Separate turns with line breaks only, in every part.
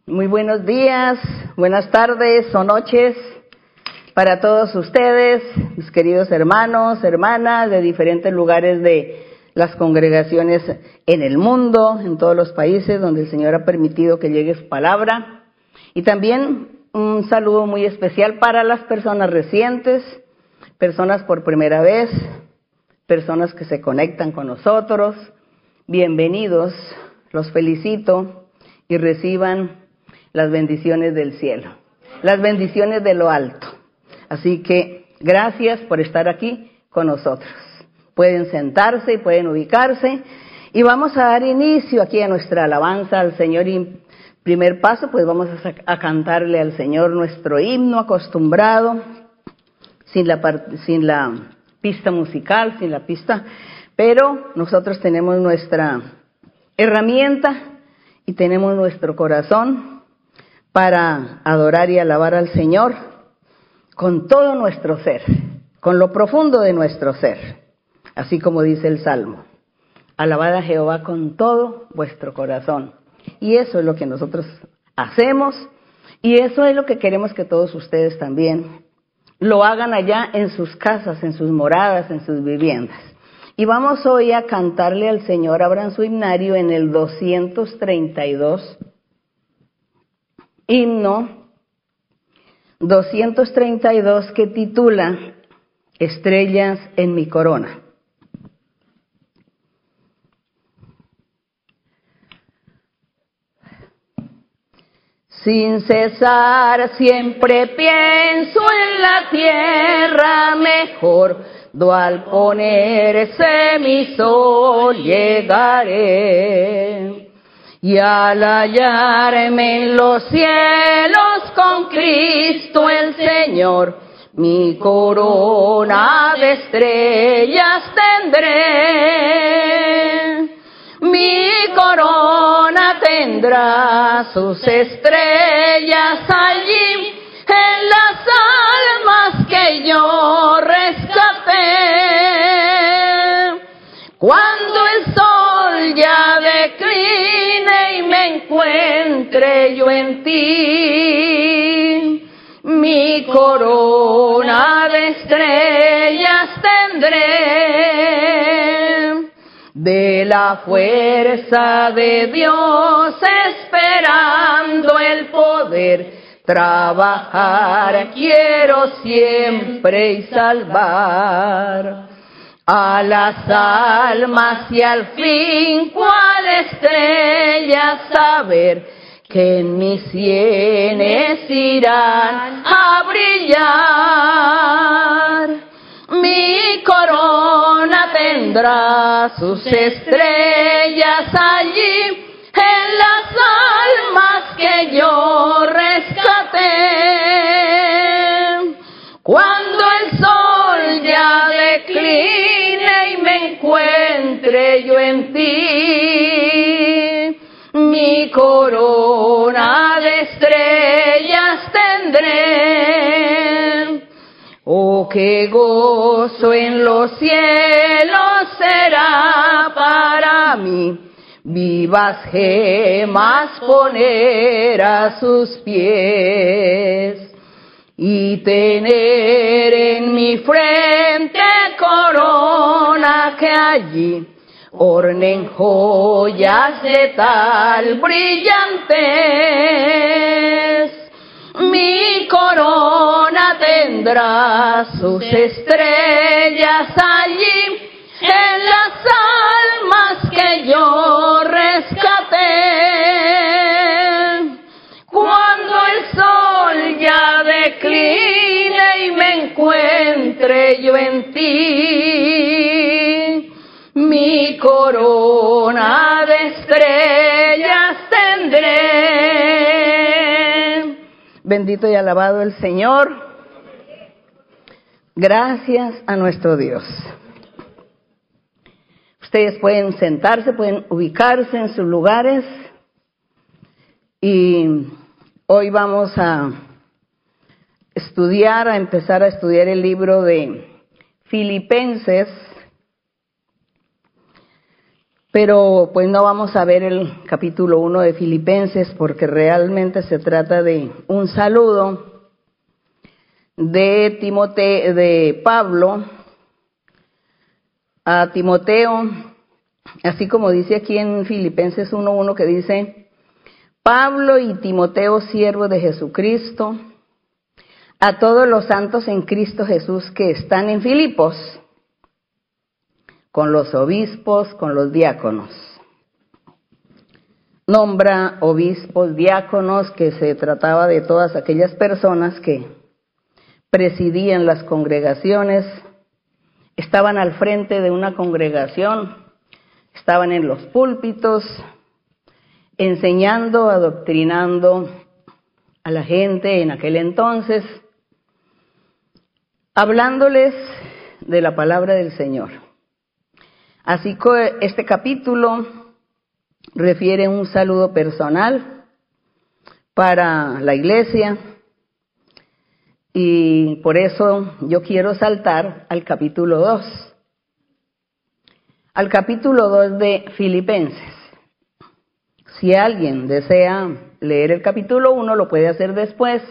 Muy buenos días, buenas tardes o noches para todos ustedes, mis queridos hermanos, hermanas de diferentes lugares de las congregaciones en el mundo, en todos los países donde el Señor ha permitido que llegue su palabra. Y también un saludo muy especial para las personas recientes, personas por primera vez, personas que se conectan con nosotros. Bienvenidos, los felicito y reciban las bendiciones del cielo, las bendiciones de lo alto. Así que gracias por estar aquí con nosotros. Pueden sentarse y pueden ubicarse y vamos a dar inicio aquí a nuestra alabanza al Señor. Y primer paso, pues vamos a cantarle al Señor nuestro himno acostumbrado, sin la pista musical, sin la pista, pero nosotros tenemos nuestra herramienta y tenemos nuestro corazón para adorar y alabar al Señor con todo nuestro ser, con lo profundo de nuestro ser, así como dice el Salmo: alabad a Jehová con todo vuestro corazón. Y eso es lo que nosotros hacemos y eso es lo que queremos que todos ustedes también lo hagan allá en sus casas, en sus moradas, en sus viviendas. Y vamos hoy a cantarle al Señor, abran su himnario en el 232, himno 232, que titula Estrellas en mi corona. Sin cesar siempre pienso en la tierra mejor, do al ponerse mi sol llegaré. Y al hallarme en los cielos con Cristo el Señor, mi corona de estrellas tendré. Mi corona tendrá sus estrellas allí en las almas que yo rescaté. Cuando el sol ya decline y me encuentre yo en ti, mi corona de estrellas tendré. De la fuerza de Dios esperando el poder trabajar quiero siempre y salvar a las almas y al fin cual estrella saber que en mis sienes irán a brillar. Mi corona tendrá sus estrellas allí en las almas que yo rescaté. Cuando el sol ya decline y me encuentre yo en ti, mi corona de estrellas tendré. Oh, qué gozo en los cielos será para mí, vivas gemas poner a sus pies y tener en mi frente corona que allí ornen joyas de tal brillantes. Mi corona tendrá sus estrellas allí en las almas que yo rescaté. Cuando el sol ya decline y me encuentre yo en ti, mi corona de estrellas tendré. Bendito y alabado el Señor. Gracias a nuestro Dios. Ustedes pueden sentarse, pueden ubicarse en sus lugares. Y hoy vamos a empezar a estudiar el libro de Filipenses. Pero pues no vamos a ver el capítulo 1 de Filipenses porque realmente se trata de un saludo de Pablo a Timoteo, así como dice aquí en Filipenses 1:1 que dice: Pablo y Timoteo, siervos de Jesucristo, a todos los santos en Cristo Jesús que están en Filipos, con los obispos, con los diáconos. Nombra obispos, diáconos, que se trataba de todas aquellas personas que presidían las congregaciones, estaban al frente de una congregación, estaban en los púlpitos, enseñando, adoctrinando a la gente en aquel entonces, hablándoles de la palabra del Señor. Así que este capítulo refiere un saludo personal para la iglesia y por eso yo quiero saltar al capítulo 2. Al capítulo 2 de Filipenses. Si alguien desea leer el capítulo 1, lo puede hacer después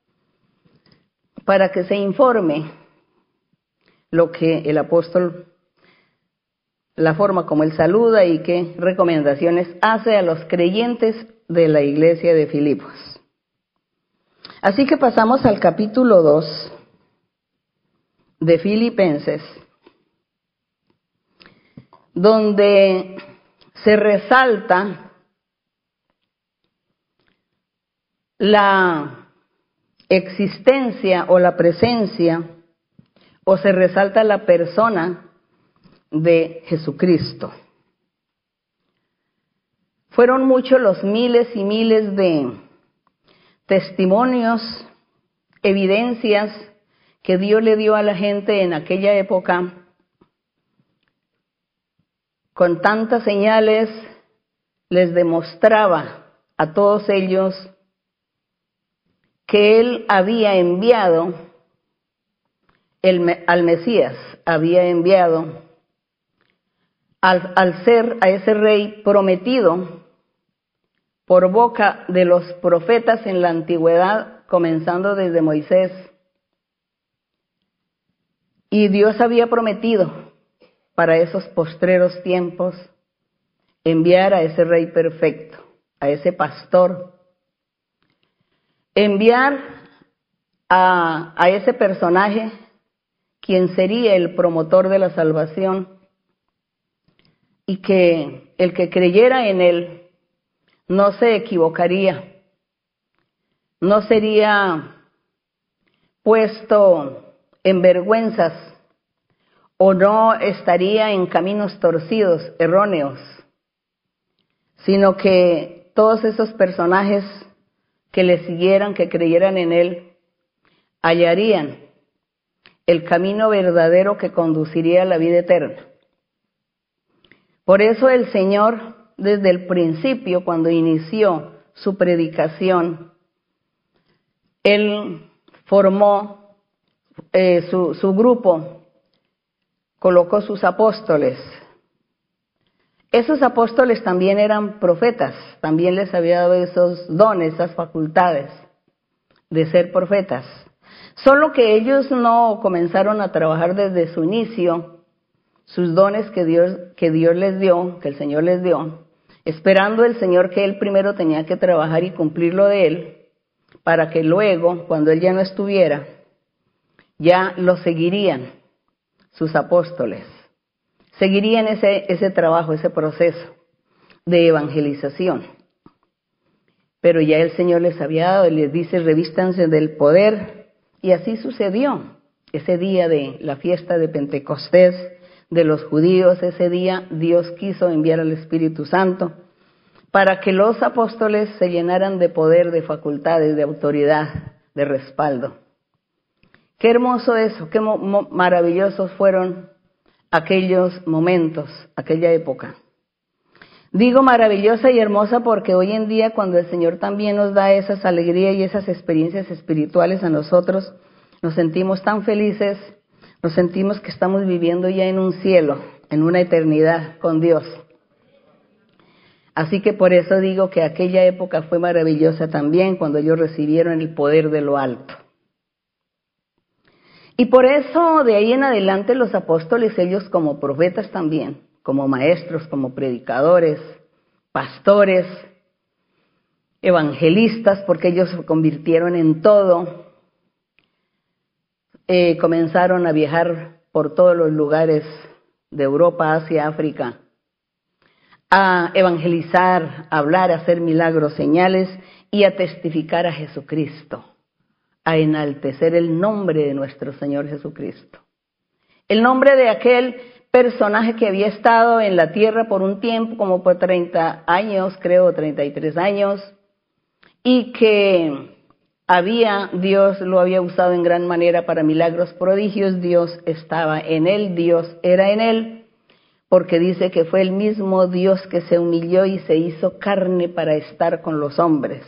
para que se informe lo que el apóstol, la forma como él saluda y qué recomendaciones hace a los creyentes de la iglesia de Filipos. Así que pasamos al capítulo 2 de Filipenses, donde se resalta la existencia o la presencia, o se resalta la persona de Jesucristo. Fueron muchos los miles y miles de testimonios, evidencias que Dios le dio a la gente en aquella época, con tantas señales les demostraba a todos ellos que Él había enviado al Mesías, había enviado al ser a ese rey prometido por boca de los profetas en la antigüedad, comenzando desde Moisés. Y Dios había prometido para esos postreros tiempos enviar a ese rey perfecto, a ese pastor, enviar a ese personaje quien sería el promotor de la salvación y que el que creyera en él no se equivocaría, no sería puesto en vergüenzas o no estaría en caminos torcidos, erróneos, sino que todos esos personajes que le siguieran, que creyeran en él, hallarían el camino verdadero que conduciría a la vida eterna. Por eso el Señor, desde el principio, cuando inició su predicación, Él formó su grupo, colocó sus apóstoles. Esos apóstoles también eran profetas, también les había dado esos dones, esas facultades de ser profetas. Solo que ellos no comenzaron a trabajar desde su inicio sus dones que Dios les dio, que el Señor les dio, esperando el Señor que Él primero tenía que trabajar y cumplir lo de Él, para que luego, cuando Él ya no estuviera, ya lo seguirían sus apóstoles. Seguirían ese trabajo, ese proceso de evangelización. Pero ya el Señor les había dado y les dice: revístanse del poder. Y así sucedió. Ese día de la fiesta de Pentecostés de los judíos, ese día Dios quiso enviar al Espíritu Santo para que los apóstoles se llenaran de poder, de facultades, de autoridad, de respaldo. Qué hermoso eso, qué maravillosos fueron aquellos momentos, aquella época. Digo maravillosa y hermosa porque hoy en día, cuando el Señor también nos da esas alegrías y esas experiencias espirituales a nosotros, nos sentimos tan felices, nos sentimos que estamos viviendo ya en un cielo, en una eternidad con Dios. Así que por eso digo que aquella época fue maravillosa también, cuando ellos recibieron el poder de lo alto. Y por eso de ahí en adelante los apóstoles, ellos como profetas también, como maestros, como predicadores, pastores, evangelistas, porque ellos se convirtieron en todo, comenzaron a viajar por todos los lugares de Europa, Asia, África, a evangelizar, a hablar, a hacer milagros, señales y a testificar a Jesucristo, a enaltecer el nombre de nuestro Señor Jesucristo. El nombre de aquel personaje que había estado en la tierra por un tiempo, como por 30 años, creo, 33 años, y que Dios lo había usado en gran manera para milagros, prodigios. Dios estaba en él, Dios era en él, porque dice que fue el mismo Dios que se humilló y se hizo carne para estar con los hombres.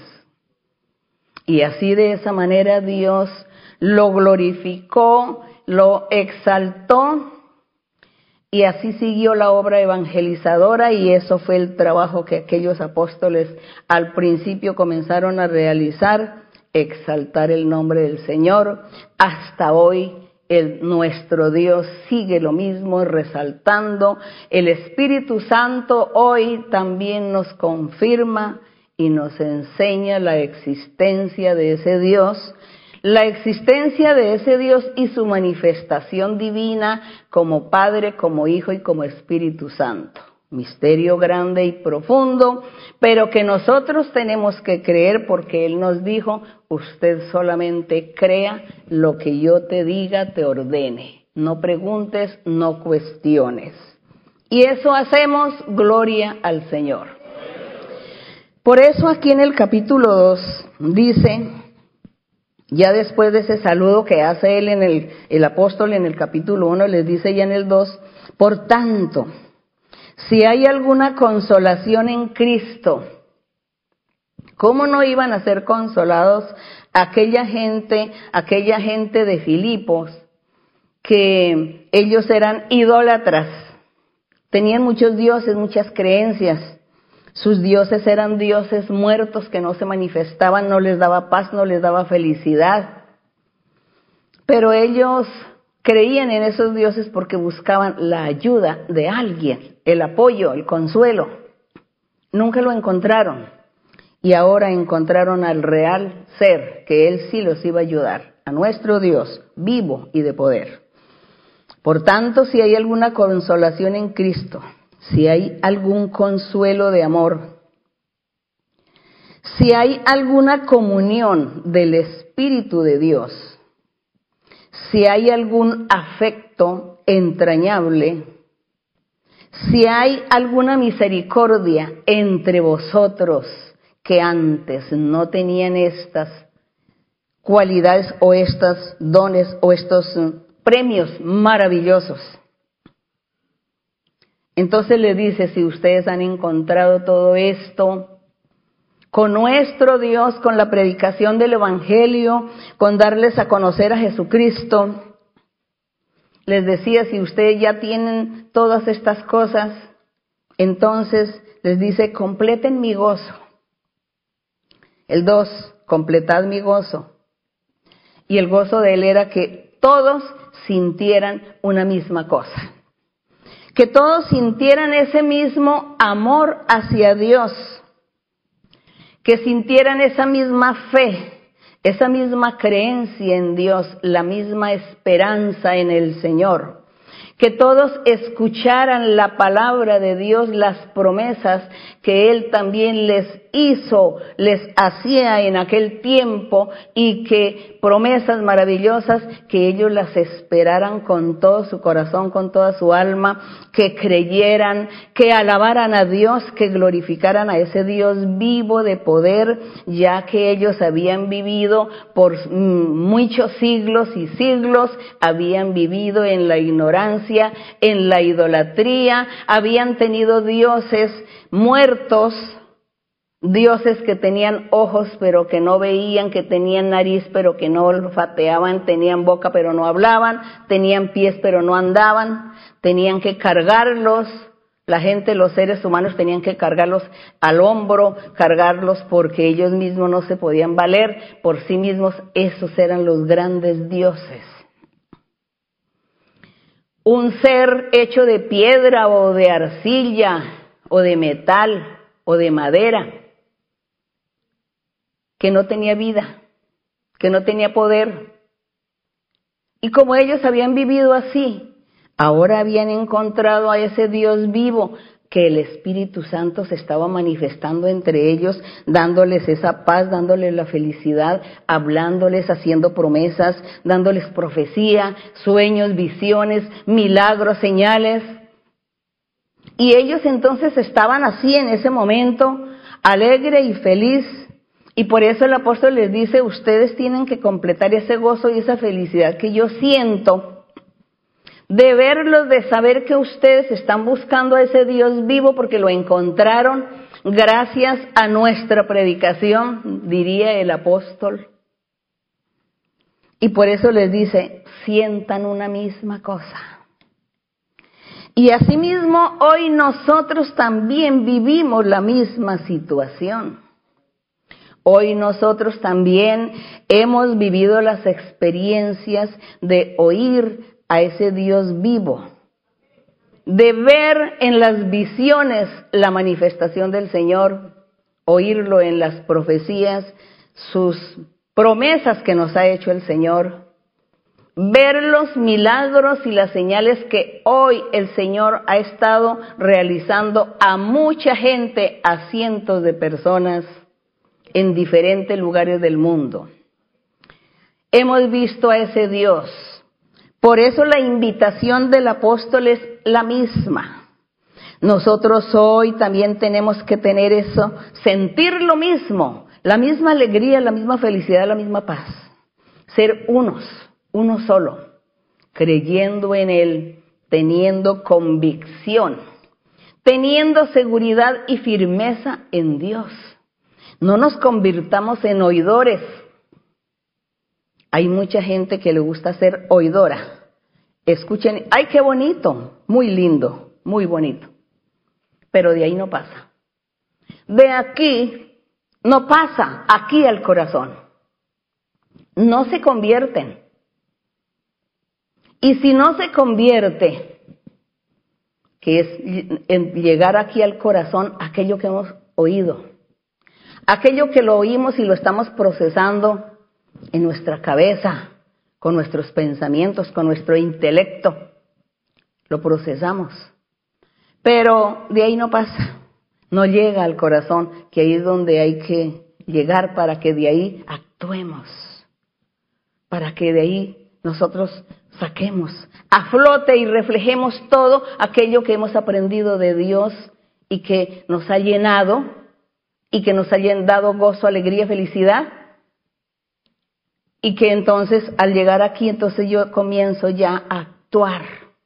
Y así de esa manera Dios lo glorificó, lo exaltó, y así siguió la obra evangelizadora, y eso fue el trabajo que aquellos apóstoles al principio comenzaron a realizar, exaltar el nombre del Señor. Hasta hoy nuestro Dios sigue lo mismo, resaltando. El Espíritu Santo hoy también nos confirma y nos enseña la existencia de ese Dios, la existencia de ese Dios y su manifestación divina como Padre, como Hijo y como Espíritu Santo. Misterio grande y profundo, pero que nosotros tenemos que creer, porque Él nos dijo: usted solamente crea lo que yo te diga, te ordene. No preguntes, no cuestiones. Y eso hacemos, gloria al Señor. Por eso aquí en el capítulo 2 dice, ya después de ese saludo que hace él el apóstol en el capítulo 1, les dice ya en el 2, por tanto, si hay alguna consolación en Cristo, ¿cómo no iban a ser consolados aquella gente de Filipos, que ellos eran idólatras? Tenían muchos dioses, muchas creencias. Sus dioses eran dioses muertos que no se manifestaban, no les daba paz, no les daba felicidad. Pero ellos creían en esos dioses porque buscaban la ayuda de alguien, el apoyo, el consuelo. Nunca lo encontraron. Y ahora encontraron al real ser, que Él sí los iba a ayudar, a nuestro Dios, vivo y de poder. Por tanto, si hay alguna consolación en Cristo, si hay algún consuelo de amor, si hay alguna comunión del Espíritu de Dios, si hay algún afecto entrañable, si hay alguna misericordia entre vosotros que antes no tenían estas cualidades o estos dones o estos premios maravillosos. Entonces le dice, si ustedes han encontrado todo esto con nuestro Dios, con la predicación del Evangelio, con darles a conocer a Jesucristo, les decía, si ustedes ya tienen todas estas cosas, entonces les dice, completen mi gozo. El 2, completad mi gozo. Y el gozo de él era que todos sintieran una misma cosa. Que todos sintieran ese mismo amor hacia Dios, que sintieran esa misma fe, esa misma creencia en Dios, la misma esperanza en el Señor. Que todos escucharan la palabra de Dios, las promesas que Él también les hizo, les hacía en aquel tiempo, y que promesas maravillosas, que ellos las esperaran con todo su corazón, con toda su alma, que creyeran, que alabaran a Dios, que glorificaran a ese Dios vivo de poder, ya que ellos habían vivido por muchos siglos y siglos, habían vivido en la ignorancia, en la idolatría, habían tenido dioses muertos, dioses que tenían ojos pero que no veían, que tenían nariz pero que no olfateaban, tenían boca pero no hablaban, tenían pies pero no andaban, tenían que cargarlos, La gente, los seres humanos tenían que cargarlos al hombro, cargarlos porque ellos mismos no se podían valer por sí mismos. Esos eran los grandes dioses. Un ser hecho de piedra o de arcilla o de metal o de madera, que no tenía vida, que no tenía poder. Y como ellos habían vivido así, ahora habían encontrado a ese Dios vivo, que el Espíritu Santo se estaba manifestando entre ellos, dándoles esa paz, dándoles la felicidad, hablándoles, haciendo promesas, dándoles profecía, sueños, visiones, milagros, señales. Y ellos entonces estaban así en ese momento, alegre y feliz. Y por eso el apóstol les dice, ustedes tienen que completar ese gozo y esa felicidad que yo siento, de verlos, de saber que ustedes están buscando a ese Dios vivo porque lo encontraron gracias a nuestra predicación, diría el apóstol. Y por eso les dice, sientan una misma cosa. Y asimismo, hoy nosotros también vivimos la misma situación. Hoy nosotros también hemos vivido las experiencias de oír a ese Dios vivo, de ver en las visiones la manifestación del Señor, oírlo en las profecías, sus promesas que nos ha hecho el Señor, ver los milagros y las señales que hoy el Señor ha estado realizando a mucha gente, a cientos de personas en diferentes lugares del mundo. Hemos visto a ese Dios. Por eso la invitación del apóstol es la misma. Nosotros hoy también tenemos que tener eso, sentir lo mismo, la misma alegría, la misma felicidad, la misma paz. Ser unos, uno solo, creyendo en Él, teniendo convicción, teniendo seguridad y firmeza en Dios. No nos convirtamos en oidores. Hay mucha gente que le gusta ser oidora. Escuchen, ¡ay, qué bonito! Muy lindo, muy bonito. Pero de ahí no pasa. De aquí no pasa, aquí al corazón. No se convierten. Y si no se convierte, que es en llegar aquí al corazón, aquello que hemos oído, aquello que lo oímos y lo estamos procesando en nuestra cabeza, con nuestros pensamientos, con nuestro intelecto, lo procesamos. Pero de ahí no pasa, no llega al corazón, que ahí es donde hay que llegar para que de ahí actuemos, para que de ahí nosotros saquemos a flote y reflejemos todo aquello que hemos aprendido de Dios y que nos ha llenado y que nos hayan dado gozo, alegría, felicidad. Y que entonces al llegar aquí, entonces yo comienzo ya a actuar,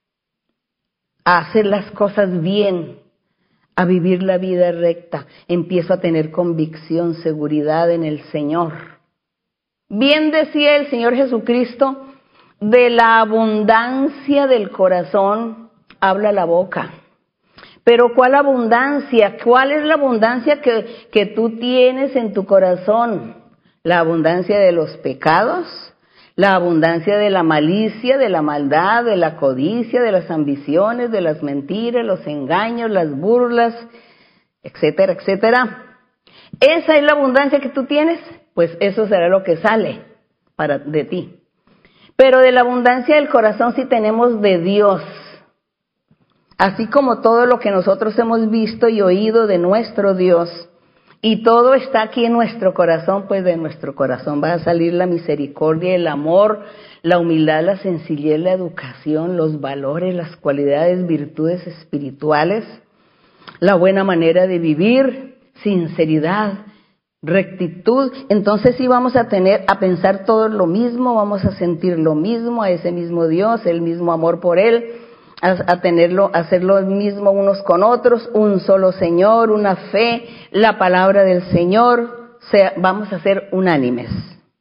a hacer las cosas bien, a vivir la vida recta. Empiezo a tener convicción, seguridad en el Señor. Bien decía el Señor Jesucristo, de la abundancia del corazón habla la boca. Pero ¿cuál abundancia? ¿Cuál es la abundancia que tú tienes en tu corazón? La abundancia de los pecados, la abundancia de la malicia, de la maldad, de la codicia, de las ambiciones, de las mentiras, los engaños, las burlas, etcétera, etcétera. ¿Esa es la abundancia que tú tienes? Pues eso será lo que sale de ti. Pero de la abundancia del corazón sí tenemos de Dios. Así como todo lo que nosotros hemos visto y oído de nuestro Dios, y todo está aquí en nuestro corazón, pues de nuestro corazón va a salir la misericordia, el amor, la humildad, la sencillez, la educación, los valores, las cualidades, virtudes espirituales, la buena manera de vivir, sinceridad, rectitud. Entonces sí vamos a pensar todo lo mismo, vamos a sentir lo mismo, a ese mismo Dios, el mismo amor por Él, a hacer lo mismo unos con otros, un solo Señor, una fe, la palabra del Señor, vamos a ser unánimes.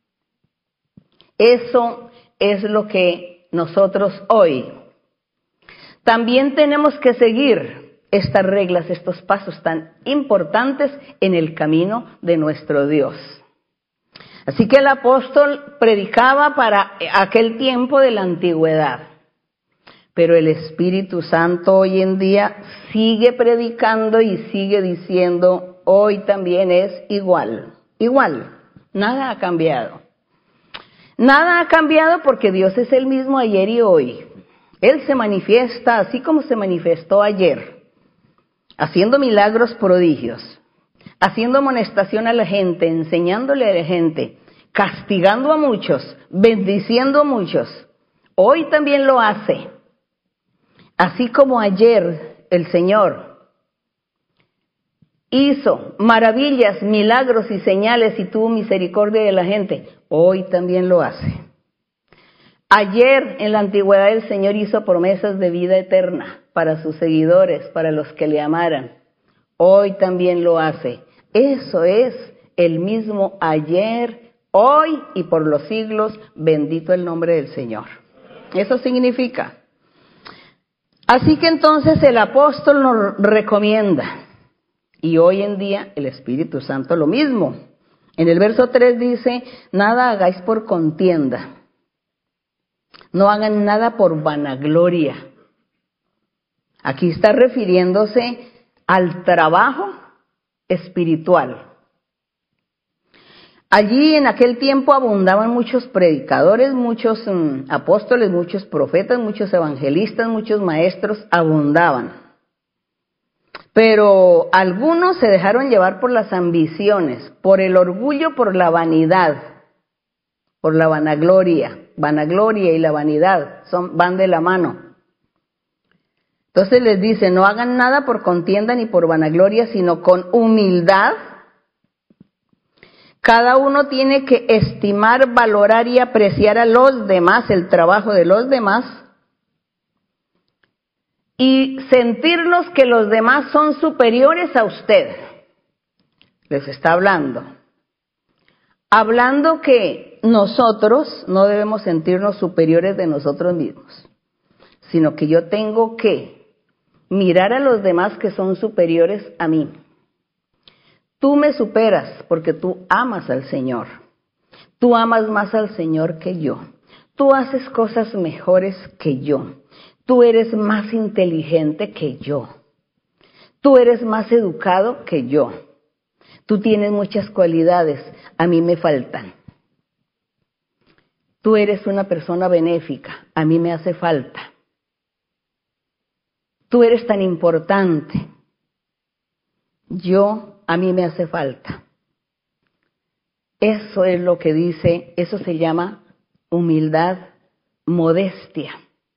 Eso es lo que nosotros hoy también tenemos que seguir estas reglas, estos pasos tan importantes en el camino de nuestro Dios. Así que el apóstol predicaba para aquel tiempo de la antigüedad, pero el Espíritu Santo hoy en día sigue predicando y sigue diciendo, hoy también es igual, nada ha cambiado. Nada ha cambiado porque Dios es el mismo ayer y hoy. Él se manifiesta así como se manifestó ayer, haciendo milagros, prodigios, haciendo amonestación a la gente, enseñándole a la gente, castigando a muchos, bendiciendo a muchos. Hoy también lo hace. Así como ayer el Señor hizo maravillas, milagros y señales y tuvo misericordia de la gente, hoy también lo hace. Ayer en la antigüedad el Señor hizo promesas de vida eterna para sus seguidores, para los que le amaran. Hoy también lo hace. Eso es el mismo ayer, hoy y por los siglos, bendito el nombre del Señor. Eso significa. Así que entonces el apóstol nos recomienda, y hoy en día el Espíritu Santo lo mismo. En el verso 3 dice, nada hagáis por contienda. No hagan nada por vanagloria. Aquí está refiriéndose al trabajo espiritual. Allí en aquel tiempo abundaban muchos predicadores, muchos apóstoles, muchos profetas, muchos evangelistas, muchos maestros, abundaban. Pero algunos se dejaron llevar por las ambiciones, por el orgullo, por la vanidad, por la vanagloria. Vanagloria y la vanidad van de la mano. Entonces les dice, no hagan nada por contienda ni por vanagloria, sino con humildad. Cada uno tiene que estimar, valorar y apreciar a los demás, el trabajo de los demás, y sentirnos que los demás son superiores a usted. Les está hablando que nosotros no debemos sentirnos superiores de nosotros mismos, sino que yo tengo que mirar a los demás que son superiores a mí. Tú me superas porque tú amas al Señor. Tú amas más al Señor que yo. Tú haces cosas mejores que yo. Tú eres más inteligente que yo. Tú eres más educado que yo. Tú tienes muchas cualidades, a mí me faltan. Tú eres una persona benéfica, a mí me hace falta. Tú eres tan importante, a mí me hace falta. Eso es lo que dice, eso se llama humildad, modestia.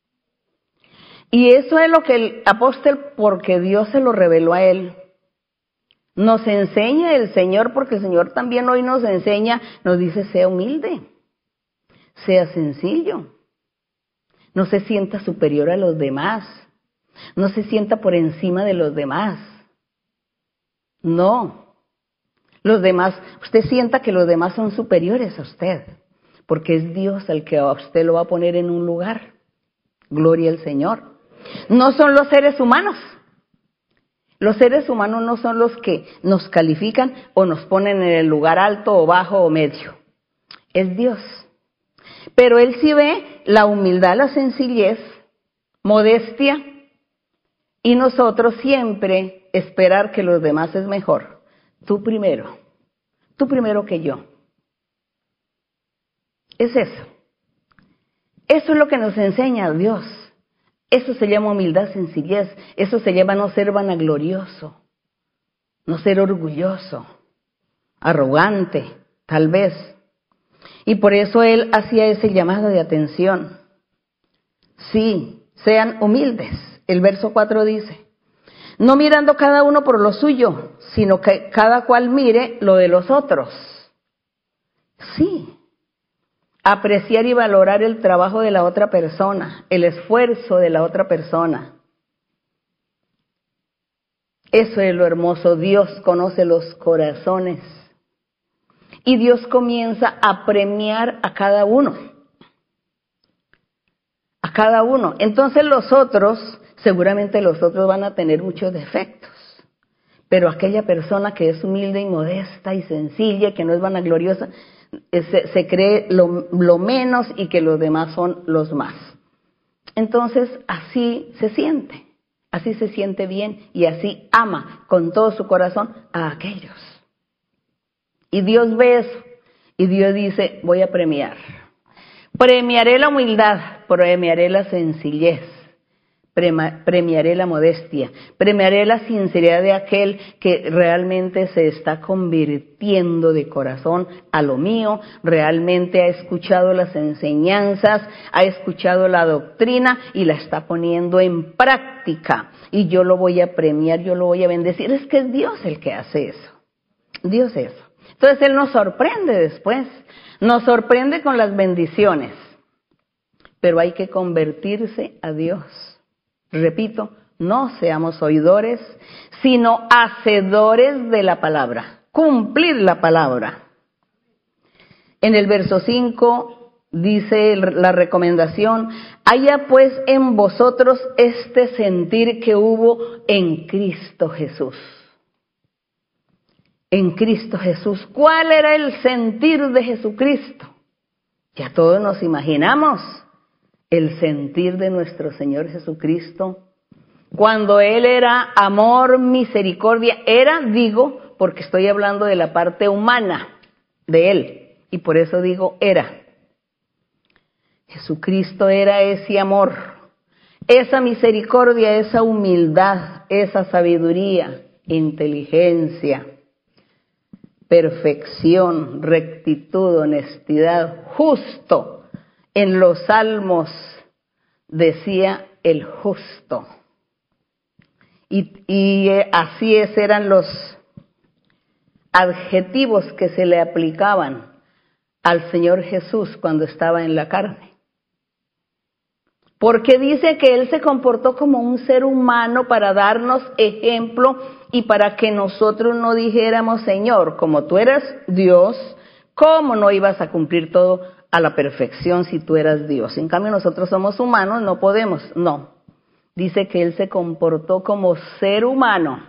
Y eso es lo que el apóstol, porque Dios se lo reveló a él, nos enseña el Señor, porque el Señor también hoy nos enseña, nos dice, sea humilde, sea sencillo, no se sienta superior a los demás, no se sienta por encima de los demás. No, los demás, usted sienta que los demás son superiores a usted, porque es Dios el que a usted lo va a poner en un lugar. Gloria al Señor. No son los seres humanos. Los seres humanos no son los que nos califican o nos ponen en el lugar alto o bajo o medio. Es Dios. Pero Él sí ve la humildad, la sencillez, modestia, y nosotros siempre esperar que los demás es mejor. Tú primero que yo. Es eso. Eso es lo que nos enseña Dios. Eso se llama humildad, sencillez. Eso se llama no ser vanaglorioso, no ser orgulloso, arrogante, tal vez. Y por eso Él hacía ese llamado de atención. Sí, sean humildes. El verso 4 dice, no mirando cada uno por lo suyo, sino que cada cual mire lo de los otros. Sí. Apreciar y valorar el trabajo de la otra persona, el esfuerzo de la otra persona. Eso es lo hermoso. Dios conoce los corazones. Y Dios comienza a premiar a cada uno. A cada uno. Entonces los otros Seguramente los otros van a tener muchos defectos, pero aquella persona que es humilde y modesta y sencilla, que no es vanagloriosa, se cree lo menos y que los demás son los más. Entonces así se siente bien y así ama con todo su corazón a aquellos. Y Dios ve eso y Dios dice, voy a premiar. Premiaré la humildad, premiaré la sencillez, premiaré la modestia, premiaré la sinceridad de aquel que realmente se está convirtiendo de corazón a lo mío, realmente ha escuchado las enseñanzas, ha escuchado la doctrina y la está poniendo en práctica. Y yo lo voy a premiar, yo lo voy a bendecir. Es que es Dios el que hace eso. Dios es eso. Entonces Él nos sorprende después, nos sorprende con las bendiciones, pero hay que convertirse a Dios. Repito, no seamos oidores, sino hacedores de la palabra, cumplir la palabra. En el verso 5 dice la recomendación, haya pues en vosotros este sentir que hubo en Cristo Jesús. En Cristo Jesús. ¿Cuál era el sentir de Jesucristo? Ya todos nos imaginamos el sentir de nuestro Señor Jesucristo. Cuando Él era amor, misericordia, digo, porque estoy hablando de la parte humana de Él, y por eso digo era. Jesucristo era ese amor, esa misericordia, esa humildad, esa sabiduría, inteligencia, perfección, rectitud, honestidad, justo. En los Salmos decía el justo. Y así eran los adjetivos que se le aplicaban al Señor Jesús cuando estaba en la carne. Porque dice que Él se comportó como un ser humano para darnos ejemplo y para que nosotros no dijéramos, Señor, como tú eras Dios, ¿cómo no ibas a cumplir todo a la perfección si tú eras Dios? En cambio nosotros somos humanos, no podemos, no. Dice que Él se comportó como ser humano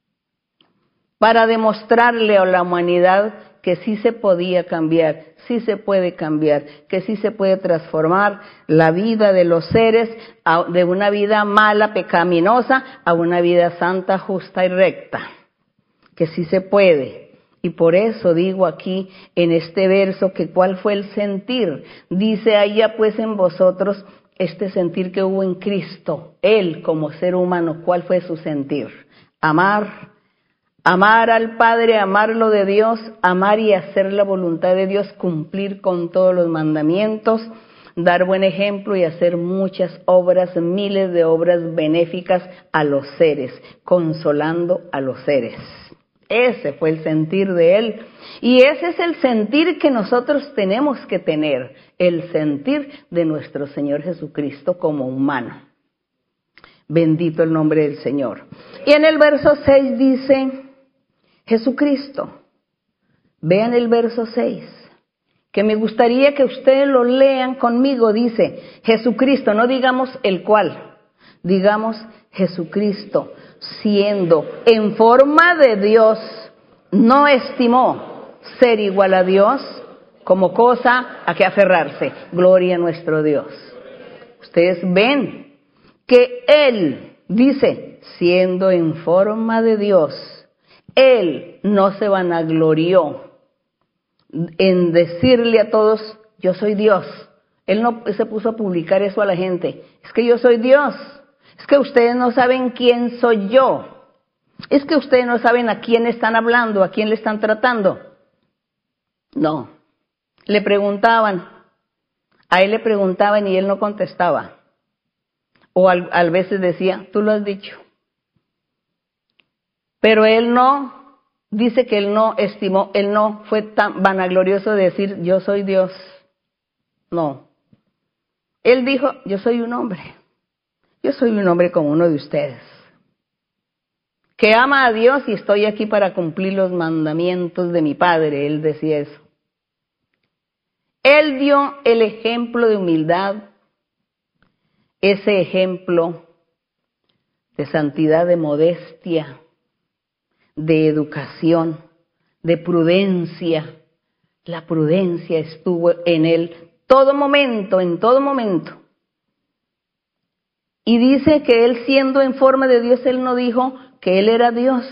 para demostrarle a la humanidad que sí se podía cambiar, sí se puede cambiar, que sí se puede transformar la vida de los seres de una vida mala, pecaminosa, a una vida santa, justa y recta. Que sí se puede. Y por eso digo aquí en este verso que cuál fue el sentir. Dice, haya pues en vosotros este sentir que hubo en Cristo. Él como ser humano, ¿cuál fue su sentir? Amar al Padre, amar lo de Dios, amar y hacer la voluntad de Dios, cumplir con todos los mandamientos, dar buen ejemplo y hacer muchas obras, miles de obras benéficas a los seres, consolando a los seres. Ese fue el sentir de Él. Y ese es el sentir que nosotros tenemos que tener, el sentir de nuestro Señor Jesucristo como humano. Bendito el nombre del Señor. Y en el verso 6 dice, Jesucristo. Vean el verso 6, que me gustaría que ustedes lo lean conmigo. Dice, Jesucristo, no digamos el cual, digamos Jesucristo, siendo en forma de Dios, no estimó ser igual a Dios como cosa a que aferrarse. Gloria a nuestro Dios. Ustedes ven que Él, dice, siendo en forma de Dios, Él no se vanaglorió en decirle a todos, yo soy Dios. Él no se puso a publicar eso a la gente. Es que yo soy Dios. Es que ustedes no saben quién soy yo. Es que ustedes no saben a quién están hablando, a quién le están tratando. No. Le preguntaban. A él le preguntaban y él no contestaba. O a veces decía, tú lo has dicho. Pero él no, dice que él no estimó, él no fue tan vanaglorioso de decir, yo soy Dios. No. Él dijo, yo soy un hombre. Yo soy un hombre como uno de ustedes. Que ama a Dios y estoy aquí para cumplir los mandamientos de mi Padre. Él decía eso. Él dio el ejemplo de humildad. Ese ejemplo de santidad, de modestia, de educación, de prudencia. La prudencia estuvo en él todo momento, en todo momento. Y dice que él, siendo en forma de Dios, él no dijo que él era Dios.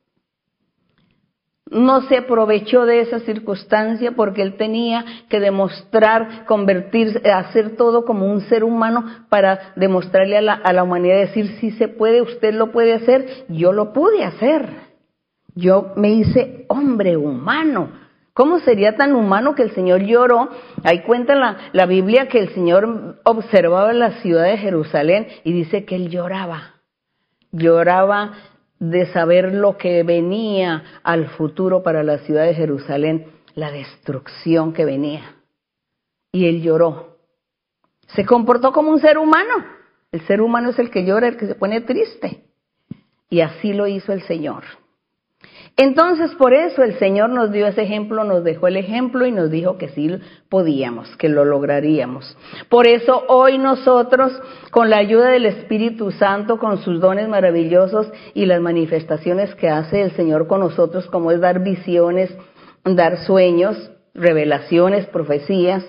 No se aprovechó de esa circunstancia porque él tenía que demostrar, convertirse, hacer todo como un ser humano para demostrarle a la humanidad, decir, si se puede, usted lo puede hacer, yo lo pude hacer. Yo me hice hombre humano. ¿Cómo sería tan humano que el Señor lloró? Ahí cuenta la Biblia que el Señor observaba la ciudad de Jerusalén y dice que él lloraba. Lloraba de saber lo que venía al futuro para la ciudad de Jerusalén, la destrucción que venía. Y él lloró. Se comportó como un ser humano. El ser humano es el que llora, el que se pone triste. Y así lo hizo el Señor. Entonces, por eso el Señor nos dio ese ejemplo, nos dejó el ejemplo y nos dijo que sí podíamos, que lo lograríamos. Por eso hoy nosotros, con la ayuda del Espíritu Santo, con sus dones maravillosos y las manifestaciones que hace el Señor con nosotros, como es dar visiones, dar sueños, revelaciones, profecías,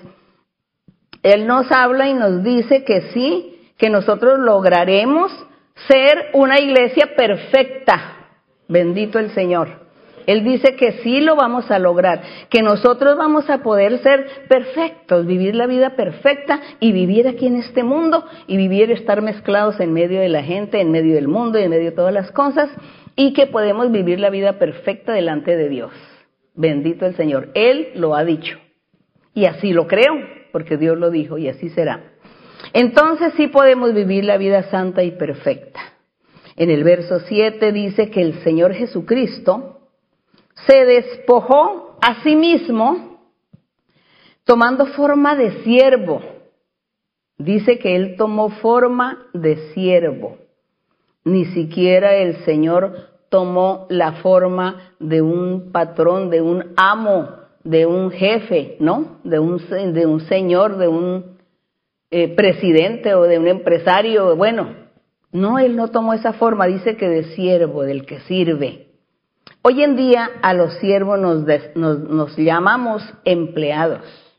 Él nos habla y nos dice que sí, que nosotros lograremos ser una iglesia perfecta. Bendito el Señor. Él dice que sí lo vamos a lograr, que nosotros vamos a poder ser perfectos, vivir la vida perfecta y vivir aquí en este mundo y vivir, estar mezclados en medio de la gente, en medio del mundo y en medio de todas las cosas, y que podemos vivir la vida perfecta delante de Dios. Bendito el Señor. Él lo ha dicho. Y así lo creo, porque Dios lo dijo y así será. Entonces sí podemos vivir la vida santa y perfecta. En el verso 7 dice que el Señor Jesucristo se despojó a sí mismo tomando forma de siervo. Dice que Él tomó forma de siervo. Ni siquiera el Señor tomó la forma de un patrón, de un amo, de un jefe, ¿no? De un señor, de un presidente o de un empresario, bueno. No, Él no tomó esa forma, dice que de siervo, del que sirve. Hoy en día a los siervos nos llamamos empleados.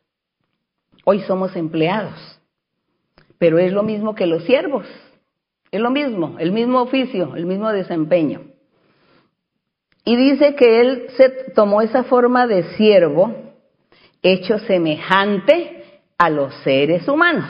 Hoy somos empleados, pero es lo mismo que los siervos. Es lo mismo, el mismo oficio, el mismo desempeño. Y dice que Él se tomó esa forma de siervo, hecho semejante a los seres humanos.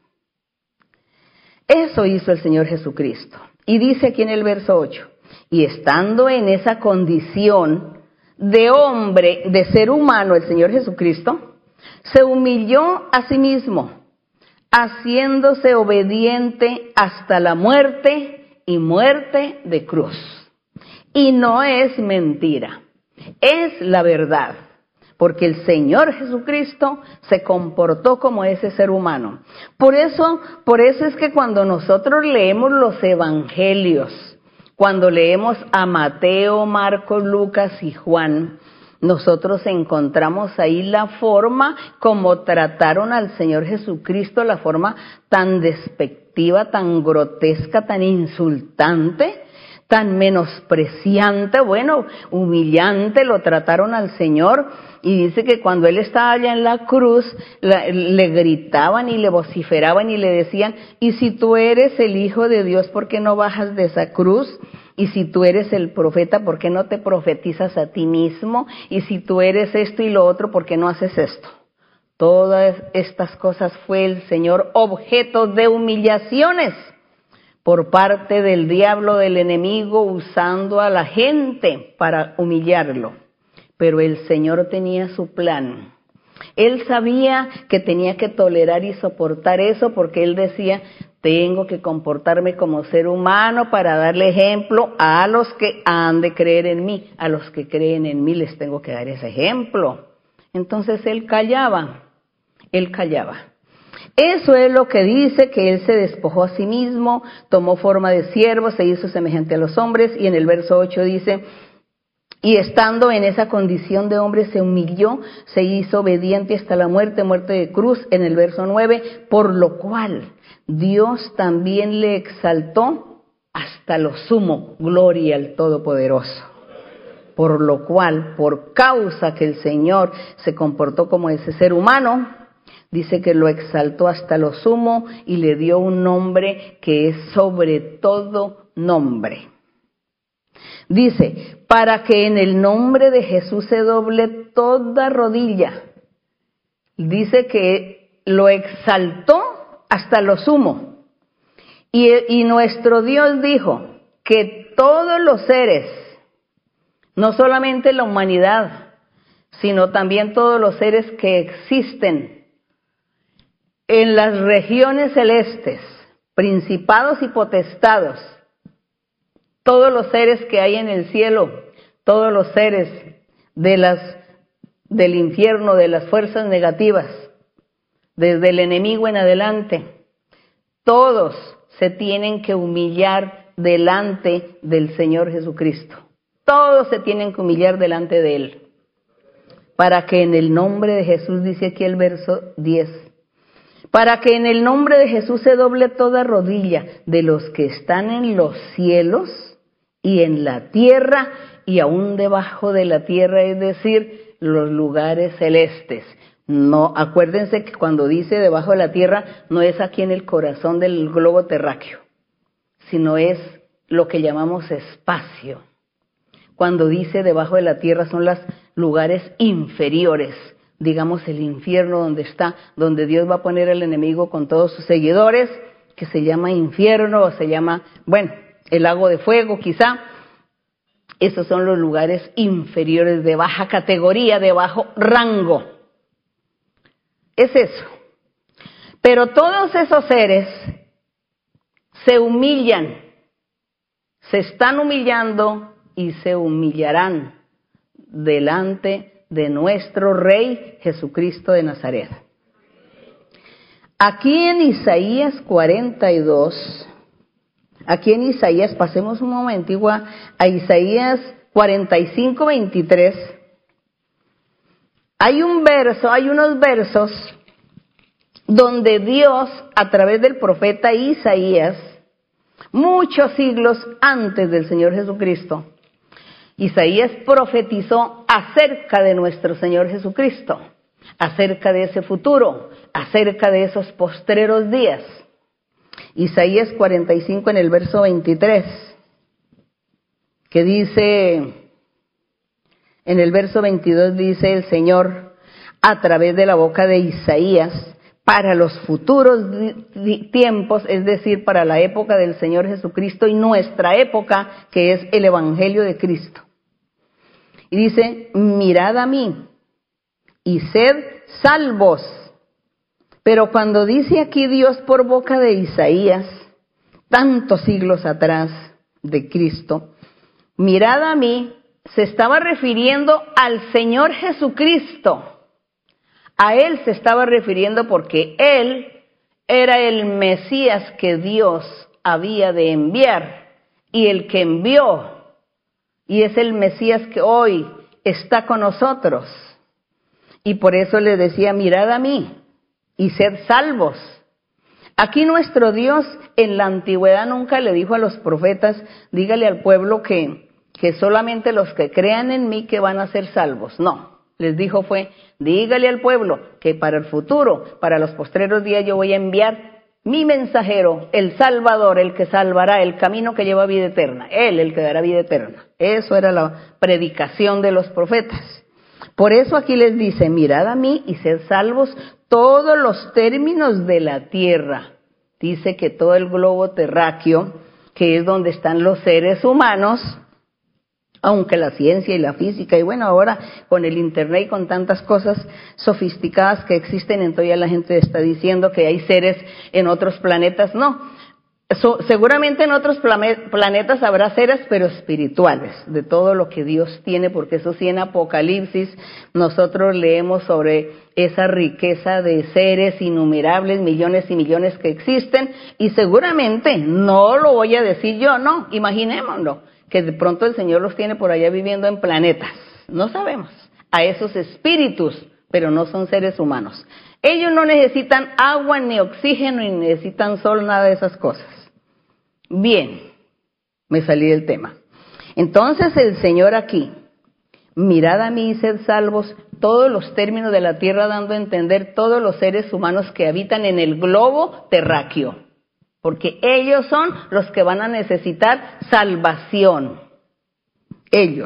Eso hizo el Señor Jesucristo. Y dice aquí en el verso 8, y estando en esa condición de hombre, de ser humano, el Señor Jesucristo, se humilló a sí mismo, haciéndose obediente hasta la muerte y muerte de cruz. Y no es mentira, es la verdad. Porque el Señor Jesucristo se comportó como ese ser humano. Por eso es que cuando nosotros leemos los evangelios, cuando leemos a Mateo, Marcos, Lucas y Juan, nosotros encontramos ahí la forma como trataron al Señor Jesucristo, la forma tan despectiva, tan grotesca, tan insultante, tan menospreciante, bueno, humillante, lo trataron al Señor. Y dice que cuando Él estaba allá en la cruz, le gritaban y le vociferaban y le decían, y si tú eres el Hijo de Dios, ¿por qué no bajas de esa cruz? Y si tú eres el profeta, ¿por qué no te profetizas a ti mismo? Y si tú eres esto y lo otro, ¿por qué no haces esto? Todas estas cosas fue el Señor objeto de humillaciones por parte del diablo, del enemigo, usando a la gente para humillarlo. Pero el Señor tenía su plan. Él sabía que tenía que tolerar y soportar eso porque Él decía, tengo que comportarme como ser humano para darle ejemplo a los que han de creer en mí. A los que creen en mí les tengo que dar ese ejemplo. Entonces Él callaba. Eso es lo que dice, que Él se despojó a sí mismo, tomó forma de siervo, se hizo semejante a los hombres, y en el verso 8 dice, y estando en esa condición de hombre se humilló, se hizo obediente hasta la muerte, muerte de cruz, en el verso 9, por lo cual Dios también le exaltó hasta lo sumo, gloria al Todopoderoso. Por lo cual, por causa que el Señor se comportó como ese ser humano, dice que lo exaltó hasta lo sumo y le dio un nombre que es sobre todo nombre. Dice, para que en el nombre de Jesús se doble toda rodilla. Dice que lo exaltó hasta lo sumo. Y nuestro Dios dijo que todos los seres, no solamente la humanidad, sino también todos los seres que existen en las regiones celestes, principados y potestados, todos los seres que hay en el cielo, todos los seres del infierno, de las fuerzas negativas, desde el enemigo en adelante, todos se tienen que humillar delante del Señor Jesucristo. Todos se tienen que humillar delante de Él. Para que en el nombre de Jesús, dice aquí el verso 10, para que en el nombre de Jesús se doble toda rodilla de los que están en los cielos y en la tierra y aún debajo de la tierra, es decir, los lugares celestes. No, acuérdense que cuando dice debajo de la tierra, no es aquí en el corazón del globo terráqueo, sino es lo que llamamos espacio. Cuando dice debajo de la tierra son los lugares inferiores, digamos el infierno donde Dios va a poner al enemigo con todos sus seguidores, que se llama infierno o se llama, el lago de fuego quizá. Esos son los lugares inferiores de baja categoría, de bajo rango. Es eso. Pero todos esos seres se humillan, se están humillando y se humillarán delante de nuestro Rey Jesucristo de Nazaret. Aquí en Isaías 42, pasemos un momentico a Isaías 45, 23. Hay unos versos donde Dios, a través del profeta Isaías, muchos siglos antes del Señor Jesucristo, Isaías profetizó acerca de nuestro Señor Jesucristo, acerca de ese futuro, acerca de esos postreros días. Isaías 45 en el verso 23, que dice, en el verso 22 dice el Señor a través de la boca de Isaías, para los futuros tiempos, es decir, para la época del Señor Jesucristo y nuestra época, que es el Evangelio de Cristo. Y dice, mirad a mí y sed salvos. Pero cuando dice aquí Dios por boca de Isaías, tantos siglos atrás de Cristo, mirad a mí, se estaba refiriendo al Señor Jesucristo. A Él se estaba refiriendo porque Él era el Mesías que Dios había de enviar y el que envió, y es el Mesías que hoy está con nosotros. Y por eso le decía, mirad a mí y sed salvos. Aquí nuestro Dios en la antigüedad nunca le dijo a los profetas, dígale al pueblo que solamente los que crean en mí que van a ser salvos. No. Les dijo dígale al pueblo que para el futuro, para los postreros días, yo voy a enviar mi mensajero, el Salvador, el que salvará, el camino que lleva a vida eterna. Él, el que dará vida eterna. Eso era la predicación de los profetas. Por eso aquí les dice, mirad a mí y sed salvos todos los términos de la tierra. Dice que todo el globo terráqueo, que es donde están los seres humanos, aunque la ciencia y la física, y ahora con el internet y con tantas cosas sofisticadas que existen, entonces ya la gente está diciendo que hay seres en otros planetas. No, seguramente en otros planetas habrá seres, pero espirituales, de todo lo que Dios tiene, porque eso sí en Apocalipsis nosotros leemos sobre esa riqueza de seres innumerables, millones y millones que existen, y seguramente, no lo voy a decir yo, no, imaginémoslo, que de pronto el Señor los tiene por allá viviendo en planetas. No sabemos. A esos espíritus, pero no son seres humanos. Ellos no necesitan agua, ni oxígeno, ni necesitan sol, nada de esas cosas. Bien. me salí del tema. Entonces el Señor aquí, mirad a mí y sed salvos todos los términos de la tierra, dando a entender todos los seres humanos que habitan en el globo terráqueo, porque ellos son los que van a necesitar salvación. Ellos.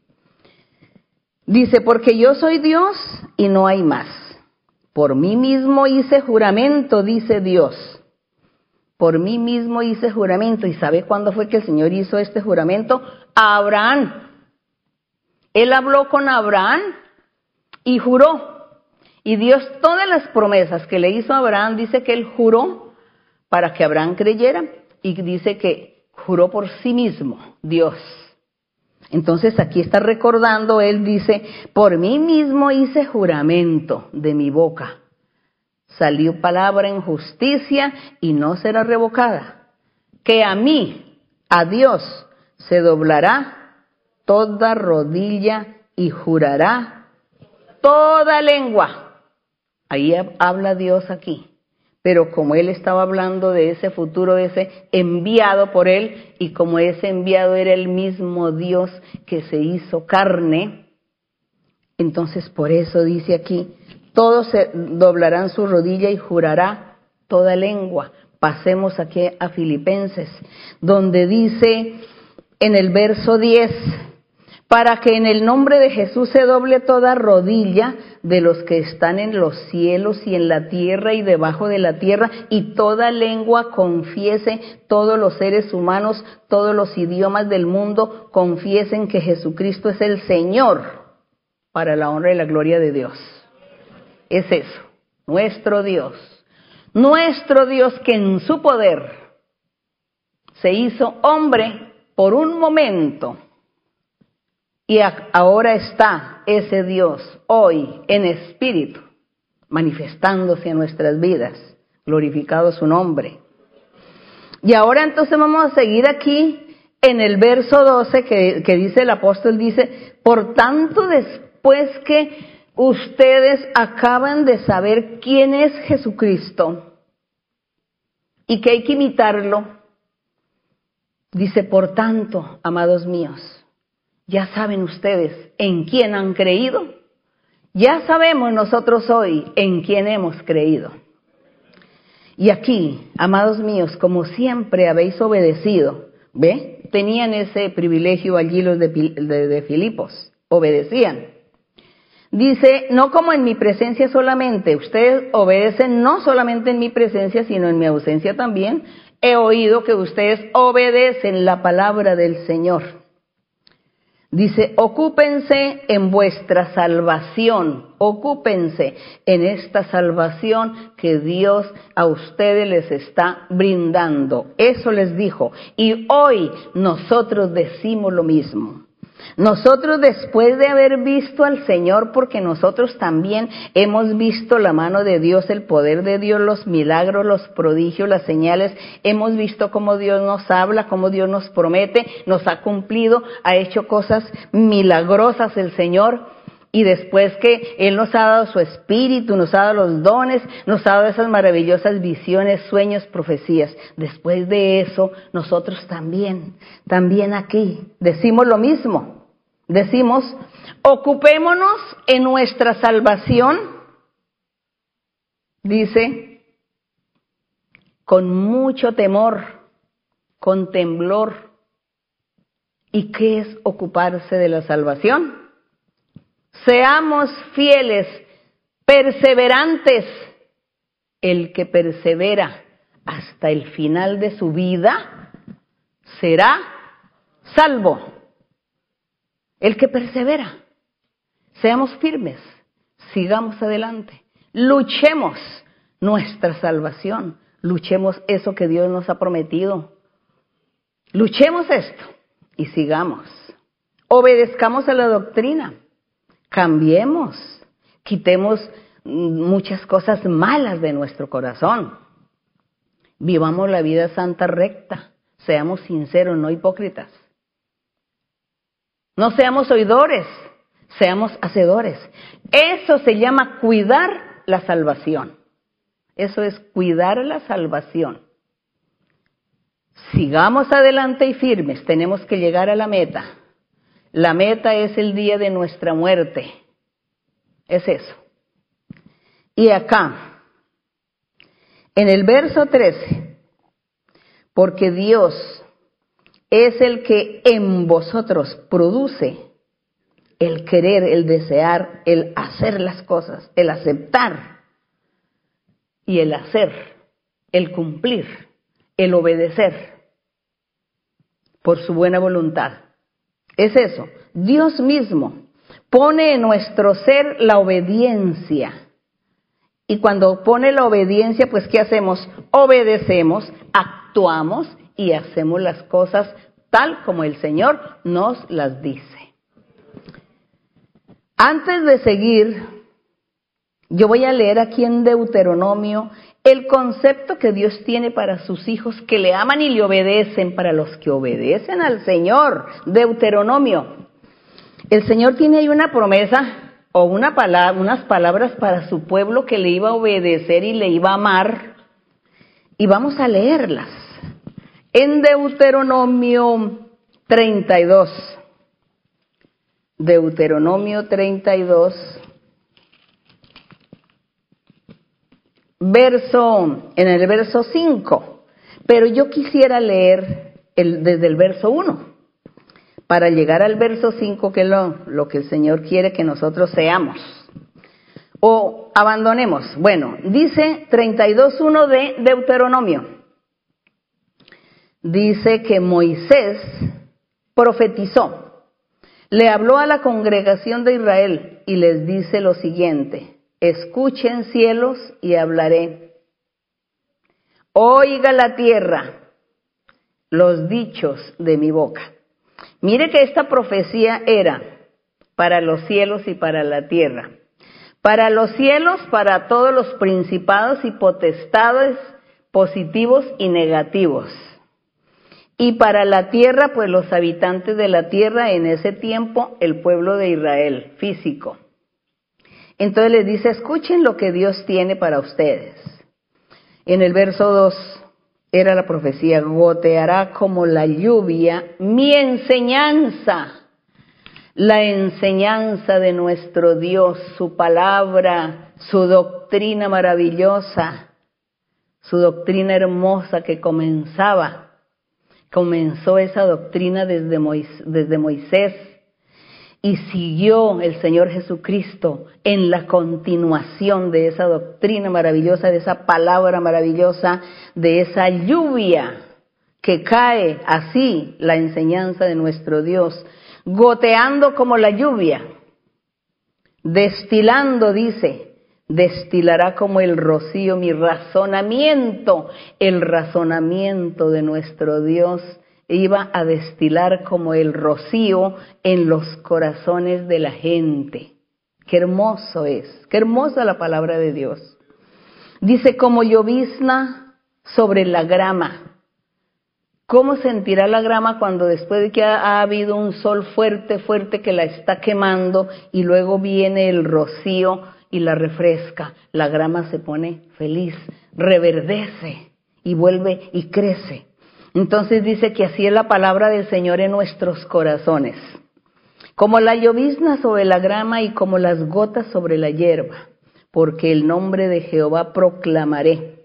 Dice, porque yo soy Dios y no hay más. Por mí mismo hice juramento, dice Dios. Por mí mismo hice juramento. ¿Y sabe cuándo fue que el Señor hizo este juramento? A Abraham. Él habló con Abraham y juró. Y Dios, todas las promesas que le hizo a Abraham, dice que él juró para que Abraham creyera. Y dice que juró por sí mismo, Dios. Entonces aquí está recordando, él dice, por mí mismo hice juramento, de mi boca salió palabra en justicia y no será revocada, que a mí, a Dios, se doblará toda rodilla y jurará toda lengua. Ahí habla Dios aquí. Pero como él estaba hablando de ese futuro, de ese enviado por él, y como ese enviado era el mismo Dios que se hizo carne, entonces por eso dice aquí, todos se doblarán su rodilla y jurará toda lengua. Pasemos aquí a Filipenses, donde dice en el verso 10, para que en el nombre de Jesús se doble toda rodilla de los que están en los cielos y en la tierra y debajo de la tierra, y toda lengua confiese, todos los seres humanos, todos los idiomas del mundo confiesen que Jesucristo es el Señor, para la honra y la gloria de Dios. Es eso, nuestro Dios que en su poder se hizo hombre por un momento. Y ahora está ese Dios hoy en espíritu, manifestándose en nuestras vidas, glorificado su nombre. Y ahora entonces vamos a seguir aquí en el verso 12 que dice el apóstol, dice, por tanto después que ustedes acaban de saber quién es Jesucristo y que hay que imitarlo, dice, por tanto, amados míos, ya saben ustedes en quién han creído. Ya sabemos nosotros hoy en quién hemos creído. Y aquí, amados míos, como siempre habéis obedecido, ¿ve? Tenían ese privilegio allí los de Filipos, obedecían. Dice, no como en mi presencia solamente, ustedes obedecen no solamente en mi presencia, sino en mi ausencia también. He oído que ustedes obedecen la palabra del Señor. Dice, ocúpense en vuestra salvación, ocúpense en esta salvación que Dios a ustedes les está brindando. Eso les dijo. Y hoy nosotros decimos lo mismo. Nosotros, después de haber visto al Señor, porque nosotros también hemos visto la mano de Dios, el poder de Dios, los milagros, los prodigios, las señales, hemos visto cómo Dios nos habla, cómo Dios nos promete, nos ha cumplido, ha hecho cosas milagrosas el Señor. Y después que Él nos ha dado su espíritu, nos ha dado los dones, nos ha dado esas maravillosas visiones, sueños, profecías. Después de eso, nosotros también aquí decimos lo mismo. Decimos, ocupémonos en nuestra salvación, dice, con mucho temor, con temblor. ¿Y qué es ocuparse de la salvación? Seamos fieles, perseverantes. El que persevera hasta el final de su vida será salvo. El que persevera. Seamos firmes, sigamos adelante, luchemos nuestra salvación, luchemos eso que Dios nos ha prometido. Luchemos esto y sigamos. Obedezcamos a la doctrina. Cambiemos, quitemos muchas cosas malas de nuestro corazón. Vivamos la vida santa recta, seamos sinceros, no hipócritas. No seamos oidores, seamos hacedores. Eso se llama cuidar la salvación. Eso es cuidar la salvación. sigamos adelante y firmes, tenemos que llegar a la meta. La meta es el día de nuestra muerte. Es eso. Y acá, en el verso 13, porque Dios es el que en vosotros produce el querer, el desear, el hacer las cosas, el aceptar y el hacer, el cumplir, el obedecer por su buena voluntad. Es eso, Dios mismo pone en nuestro ser la obediencia. Y cuando pone la obediencia, pues ¿qué hacemos? Obedecemos, actuamos y hacemos las cosas tal como el Señor nos las dice. Antes de seguir, yo voy a leer aquí en Deuteronomio el concepto que Dios tiene para sus hijos que le aman y le obedecen, para los que obedecen al Señor. Deuteronomio. El Señor tiene ahí una promesa o unas palabras para su pueblo que le iba a obedecer y le iba a amar. Y vamos a leerlas. En Deuteronomio 32. Deuteronomio 32. En el verso 5, pero yo quisiera leer desde el verso 1, para llegar al verso 5, que es lo que el Señor quiere que nosotros seamos, o abandonemos. Bueno, dice 32:1 de Deuteronomio, dice que Moisés profetizó, le habló a la congregación de Israel y les dice lo siguiente: escuchen cielos y hablaré. Oiga la tierra los dichos de mi boca. Mire que esta profecía era para los cielos y para la tierra. Para los cielos, para todos los principados y potestades positivos y negativos. Y para la tierra, pues los habitantes de la tierra en ese tiempo, el pueblo de Israel, físico. Entonces les dice, escuchen lo que Dios tiene para ustedes. En el verso 2 era la profecía: goteará como la lluvia mi enseñanza, la enseñanza de nuestro Dios, su palabra, su doctrina maravillosa, su doctrina hermosa que comenzó esa doctrina desde Moisés. Y siguió el Señor Jesucristo en la continuación de esa doctrina maravillosa, de esa palabra maravillosa, de esa lluvia que cae así, la enseñanza de nuestro Dios, goteando como la lluvia, destilando, dice, destilará como el rocío mi razonamiento, el razonamiento de nuestro Dios iba a destilar como el rocío en los corazones de la gente. Qué hermoso es, qué hermosa la palabra de Dios. Dice, como llovizna sobre la grama. ¿Cómo sentirá la grama cuando después de que ha habido un sol fuerte, fuerte que la está quemando y luego viene el rocío y la refresca? La grama se pone feliz, reverdece y vuelve y crece. Entonces dice que así es la palabra del Señor en nuestros corazones. Como la llovizna sobre la grama y como las gotas sobre la hierba, porque el nombre de Jehová proclamaré.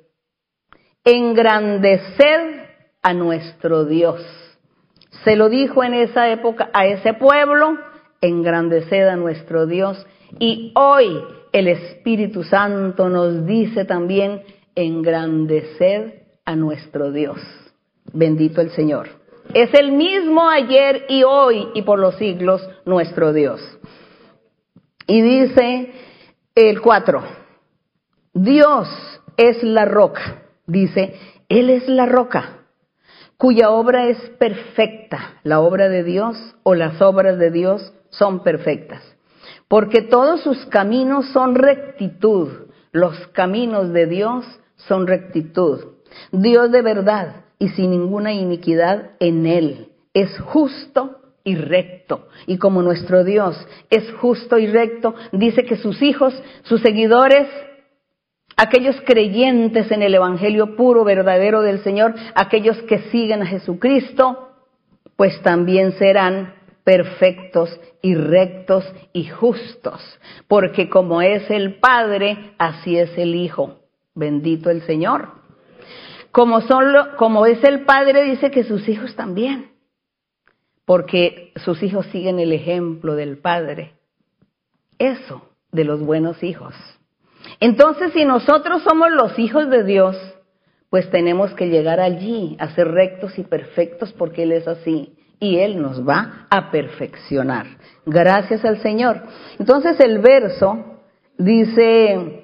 Engrandeced a nuestro Dios. Se lo dijo en esa época a ese pueblo: engrandeced a nuestro Dios. Y hoy el Espíritu Santo nos dice también: engrandeced a nuestro Dios. Bendito el Señor. Es el mismo ayer y hoy y por los siglos nuestro Dios. Y dice el 4, Dios es la roca. Dice, Él es la roca, cuya obra es perfecta. La obra de Dios o las obras de Dios son perfectas. Porque todos sus caminos son rectitud. Los caminos de Dios son rectitud. Dios de verdad y sin ninguna iniquidad en Él. Es justo y recto. Y como nuestro Dios es justo y recto, dice que sus hijos, sus seguidores, aquellos creyentes en el Evangelio puro, verdadero del Señor, aquellos que siguen a Jesucristo, pues también serán perfectos y rectos y justos, porque como es el Padre, así es el Hijo. Bendito el Señor. Como es el Padre, dice que sus hijos también, porque sus hijos siguen el ejemplo del Padre. Eso, de los buenos hijos. Entonces, si nosotros somos los hijos de Dios, pues tenemos que llegar allí a ser rectos y perfectos, porque Él es así. Y Él nos va a perfeccionar. Gracias al Señor. Entonces el verso dice,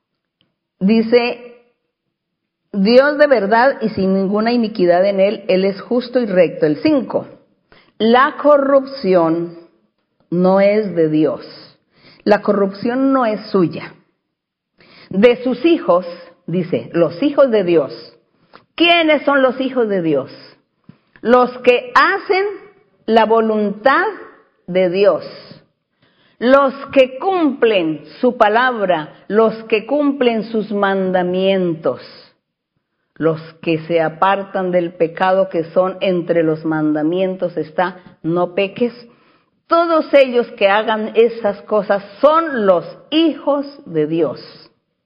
Dios de verdad y sin ninguna iniquidad en Él, Él es justo y recto. El 5, la corrupción no es de Dios. La corrupción no es suya. De sus hijos, dice, los hijos de Dios. ¿Quiénes son los hijos de Dios? Los que hacen la voluntad de Dios, los que cumplen su palabra, los que cumplen sus mandamientos, los que se apartan del pecado que son entre los mandamientos está, no peques. Todos ellos que hagan esas cosas son los hijos de Dios.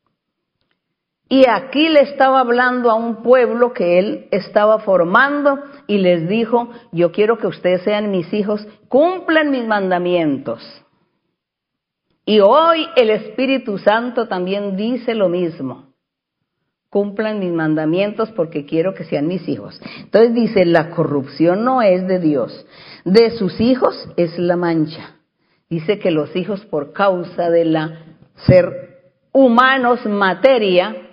Y aquí le estaba hablando a un pueblo que él estaba formando y les dijo, yo quiero que ustedes sean mis hijos, cumplan mis mandamientos. Y hoy el Espíritu Santo también dice lo mismo, cumplan mis mandamientos porque quiero que sean mis hijos. Entonces dice, la corrupción no es de Dios, de sus hijos es la mancha. Dice que los hijos por causa de la ser humanos materia.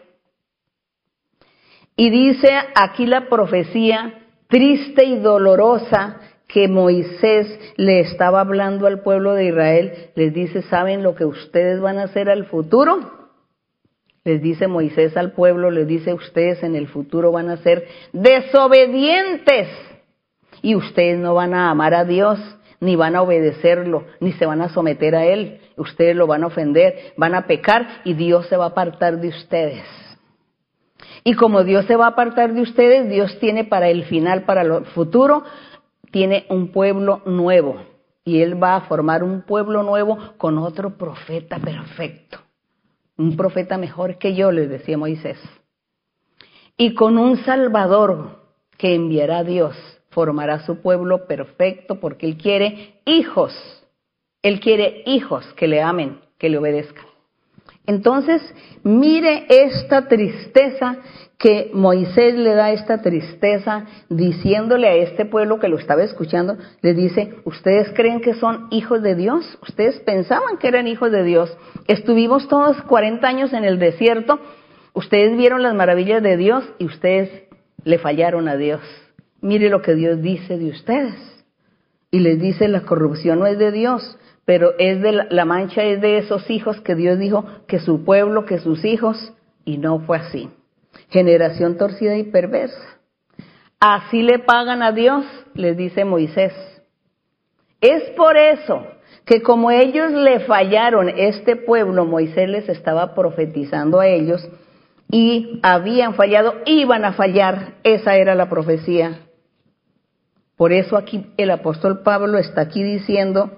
Y dice aquí la profecía triste y dolorosa que Moisés le estaba hablando al pueblo de Israel. Les dice, ¿saben lo que ustedes van a hacer al futuro? Les dice Moisés al pueblo, les dice, ustedes en el futuro van a ser desobedientes. Y ustedes no van a amar a Dios, ni van a obedecerlo, ni se van a someter a Él. Ustedes lo van a ofender, van a pecar y Dios se va a apartar de ustedes. Y como Dios se va a apartar de ustedes, Dios tiene para el final, para el futuro, tiene un pueblo nuevo. Y Él va a formar un pueblo nuevo con otro profeta perfecto. Un profeta mejor que yo, les decía Moisés. Y con un Salvador que enviará Dios, formará su pueblo perfecto porque Él quiere hijos. Él quiere hijos que le amen, que le obedezcan. Entonces, mire esta tristeza que Moisés le da, esta tristeza, diciéndole a este pueblo que lo estaba escuchando, le dice, ¿ustedes creen que son hijos de Dios? ¿Ustedes pensaban que eran hijos de Dios? Estuvimos todos 40 años en el desierto, ustedes vieron las maravillas de Dios y ustedes le fallaron a Dios. Mire lo que Dios dice de ustedes. Y les dice, la corrupción no es de Dios, pero es de la mancha es de esos hijos que Dios dijo que su pueblo, que sus hijos, y no fue así. Generación torcida y perversa. Así le pagan a Dios, les dice Moisés. Es por eso que como ellos le fallaron, este pueblo, Moisés les estaba profetizando a ellos y habían fallado, iban a fallar, esa era la profecía. Por eso aquí el apóstol Pablo está aquí diciendo,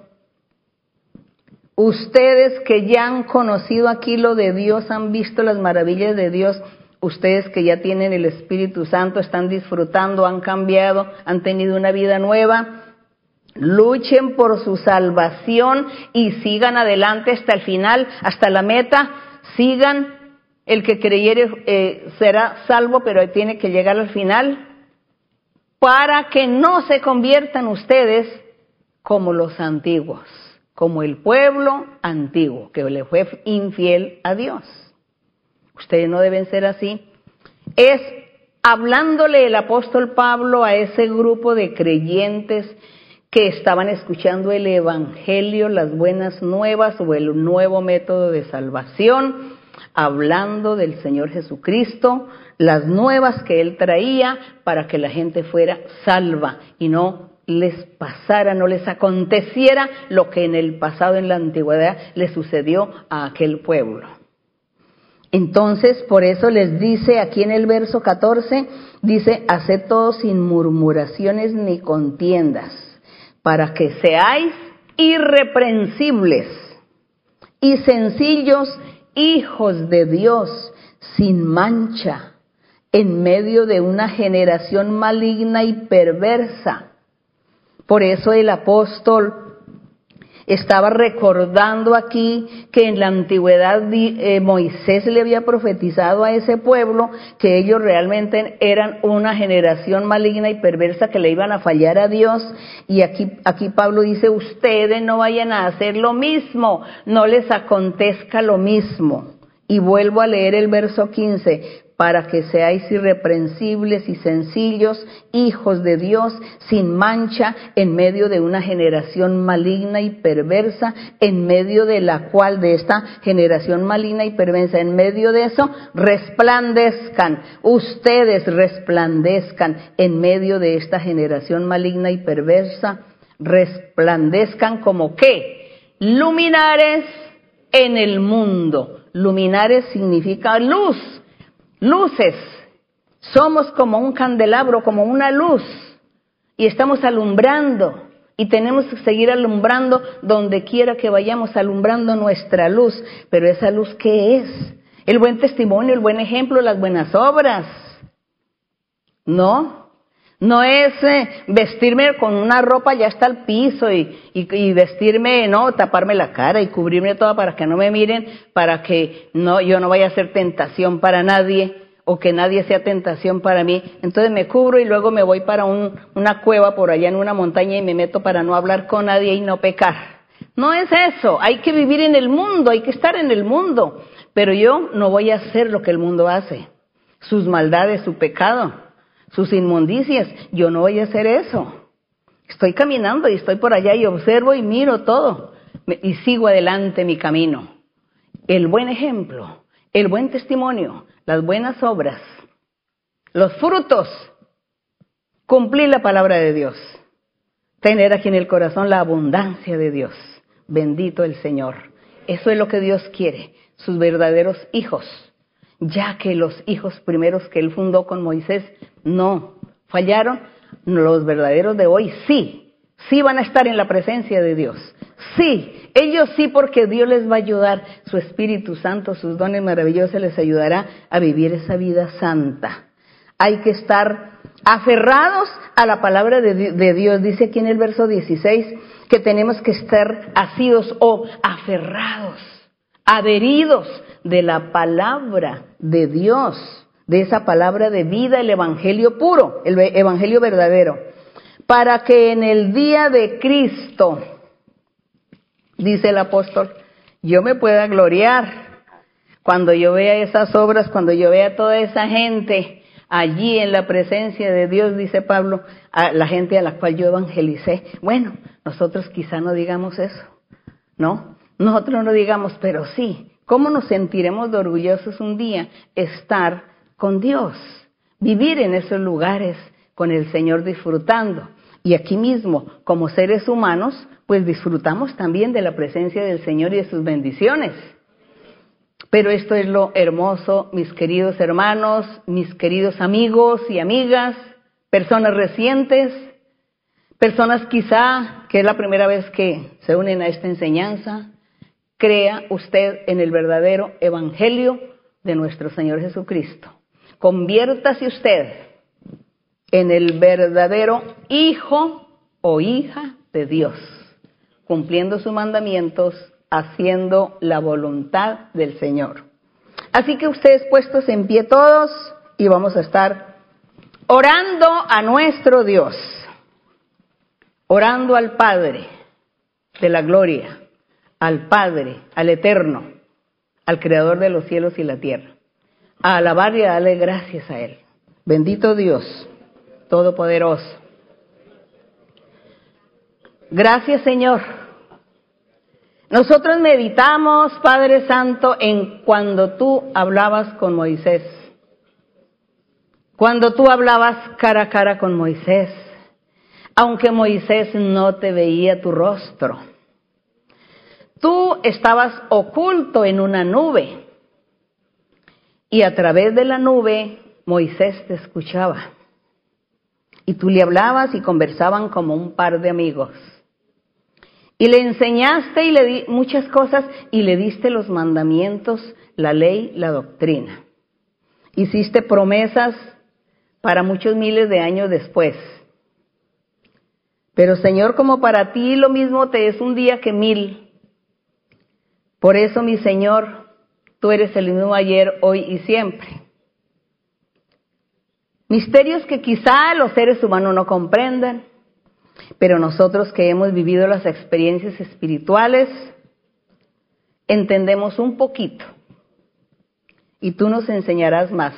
ustedes que ya han conocido aquí lo de Dios, han visto las maravillas de Dios, ustedes que ya tienen el Espíritu Santo, están disfrutando, han cambiado, han tenido una vida nueva, luchen por su salvación y sigan adelante hasta el final, hasta la meta, sigan, el que creyere será salvo, pero tiene que llegar al final, para que no se conviertan ustedes como los antiguos, como el pueblo antiguo que le fue infiel a Dios. Ustedes no deben ser así. Es hablándole el apóstol Pablo a ese grupo de creyentes que estaban escuchando el evangelio, las buenas nuevas o el nuevo método de salvación, hablando del Señor Jesucristo, las nuevas que Él traía para que la gente fuera salva y no les pasara, no les aconteciera lo que en el pasado, en la antigüedad, le sucedió a aquel pueblo. Entonces, por eso les dice aquí en el verso 14, dice, haced todo sin murmuraciones ni contiendas, para que seáis irreprensibles y sencillos hijos de Dios, sin mancha, en medio de una generación maligna y perversa. Por eso el apóstol estaba recordando aquí que en la antigüedad Moisés le había profetizado a ese pueblo que ellos realmente eran una generación maligna y perversa que le iban a fallar a Dios. Y aquí Pablo dice, ustedes no vayan a hacer lo mismo, no les acontezca lo mismo. Y vuelvo a leer el verso 15, para que seáis irreprensibles y sencillos, hijos de Dios, sin mancha, en medio de una generación maligna y perversa, en medio de la cual, de esta generación maligna y perversa, en medio de eso, resplandezcan, ustedes resplandezcan en medio de esta generación maligna y perversa, resplandezcan como ¿qué? Luminares en el mundo. Luminares significa luz. Luces, somos como un candelabro, como una luz, y estamos alumbrando, y tenemos que seguir alumbrando donde quiera que vayamos, alumbrando nuestra luz. Pero esa luz, ¿qué es? El buen testimonio, el buen ejemplo, las buenas obras. No es vestirme con una ropa ya hasta el piso y vestirme, no, taparme la cara y cubrirme toda para que no me miren, para que yo no vaya a ser tentación para nadie o que nadie sea tentación para mí. Entonces me cubro y luego me voy para una cueva por allá en una montaña y me meto para no hablar con nadie y no pecar. No es eso, hay que vivir en el mundo, hay que estar en el mundo, pero yo no voy a hacer lo que el mundo hace, sus maldades, su pecado, sus inmundicias, yo no voy a hacer eso. Estoy caminando y estoy por allá y observo y miro todo y sigo adelante mi camino. El buen ejemplo, el buen testimonio, las buenas obras, los frutos, cumplir la palabra de Dios, tener aquí en el corazón la abundancia de Dios. Bendito el Señor. Eso es lo que Dios quiere, sus verdaderos hijos. Ya que los hijos primeros que Él fundó con Moisés no fallaron, los verdaderos de hoy sí van a estar en la presencia de Dios. Sí, ellos sí, porque Dios les va a ayudar, su Espíritu Santo, sus dones maravillosos les ayudará a vivir esa vida santa. Hay que estar aferrados a la palabra de Dios. Dice aquí en el verso 16 que tenemos que estar asidos o aferrados, adheridos de la palabra de Dios, de esa palabra de vida, el evangelio puro, el evangelio verdadero, para que en el día de Cristo, dice el apóstol, yo me pueda gloriar cuando yo vea esas obras, cuando yo vea toda esa gente allí en la presencia de Dios, dice Pablo, a la gente a la cual yo evangelicé. Bueno, nosotros quizá no digamos eso, ¿no? Nosotros no digamos, pero sí, ¿cómo nos sentiremos de orgullosos un día estar con Dios? Vivir en esos lugares con el Señor disfrutando. Y aquí mismo, como seres humanos, pues disfrutamos también de la presencia del Señor y de sus bendiciones. Pero esto es lo hermoso, mis queridos hermanos, mis queridos amigos y amigas, personas recientes, personas quizá que es la primera vez que se unen a esta enseñanza. Crea usted en el verdadero evangelio de nuestro Señor Jesucristo. Conviértase usted en el verdadero hijo o hija de Dios, cumpliendo sus mandamientos, haciendo la voluntad del Señor. Así que ustedes puestos en pie todos y vamos a estar orando a nuestro Dios, orando al Padre de la gloria, al Padre, al Eterno, al Creador de los cielos y la tierra, a alabar y a darle gracias a Él. Bendito Dios, Todopoderoso. Gracias, Señor. Nosotros meditamos, Padre Santo, en cuando tú hablabas con Moisés. Cuando tú hablabas cara a cara con Moisés, aunque Moisés no te veía tu rostro. Tú estabas oculto en una nube. y a través de la nube Moisés te escuchaba. Y tú le hablabas y conversaban como un par de amigos. Y le enseñaste y le di muchas cosas y le diste los mandamientos, la ley, la doctrina. Hiciste promesas para muchos miles de años después. Pero Señor, como para ti lo mismo te es un día que 1000. Por eso, mi Señor, tú eres el mismo ayer, hoy y siempre. Misterios que quizá los seres humanos no comprendan, pero nosotros que hemos vivido las experiencias espirituales, entendemos un poquito. Y tú nos enseñarás más.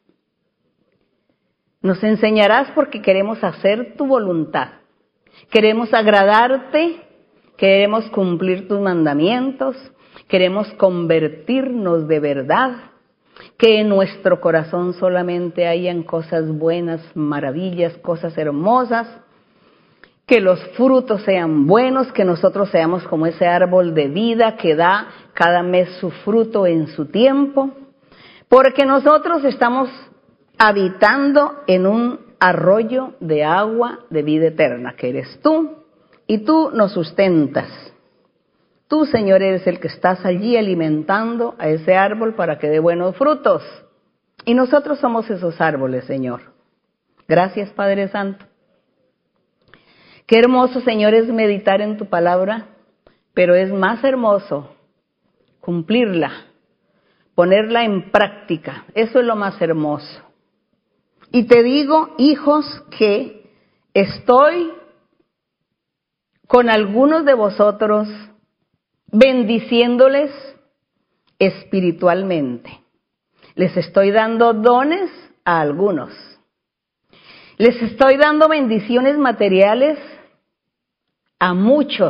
Nos enseñarás porque queremos hacer tu voluntad. Queremos agradarte, queremos cumplir tus mandamientos, queremos convertirnos de verdad, que en nuestro corazón solamente hayan cosas buenas, maravillas, cosas hermosas, que los frutos sean buenos, que nosotros seamos como ese árbol de vida que da cada mes su fruto en su tiempo, porque nosotros estamos habitando en un arroyo de agua de vida eterna, que eres tú, y tú nos sustentas. Tú, Señor, eres el que estás allí alimentando a ese árbol para que dé buenos frutos. Y nosotros somos esos árboles, Señor. Gracias, Padre Santo. Qué hermoso, Señor, es meditar en tu palabra, pero es más hermoso cumplirla, ponerla en práctica. Eso es lo más hermoso. Y te digo, hijos, que estoy con algunos de vosotros bendiciéndoles espiritualmente. Les estoy dando dones a algunos. Les estoy dando bendiciones materiales a muchos.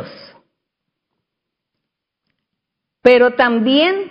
Pero también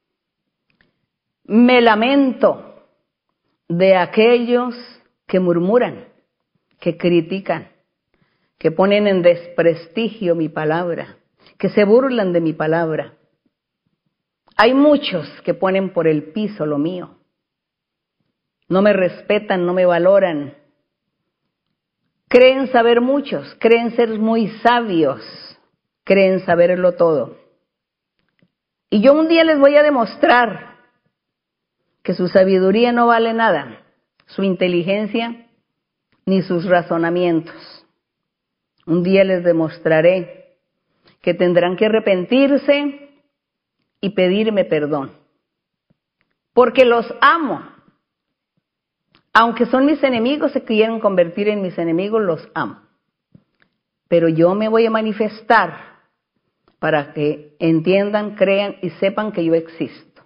me lamento de aquellos que murmuran, que critican, que ponen en desprestigio mi palabra, que se burlan de mi palabra. Hay muchos que ponen por el piso lo mío. No me respetan, no me valoran. Creen saber muchos, creen ser muy sabios, creen saberlo todo. Y yo un día les voy a demostrar que su sabiduría no vale nada, su inteligencia ni sus razonamientos. Un día les demostraré que tendrán que arrepentirse y pedirme perdón, porque los amo. Aunque son mis enemigos, se quieren convertir en mis enemigos, los amo. Pero yo me voy a manifestar para que entiendan, crean y sepan que yo existo.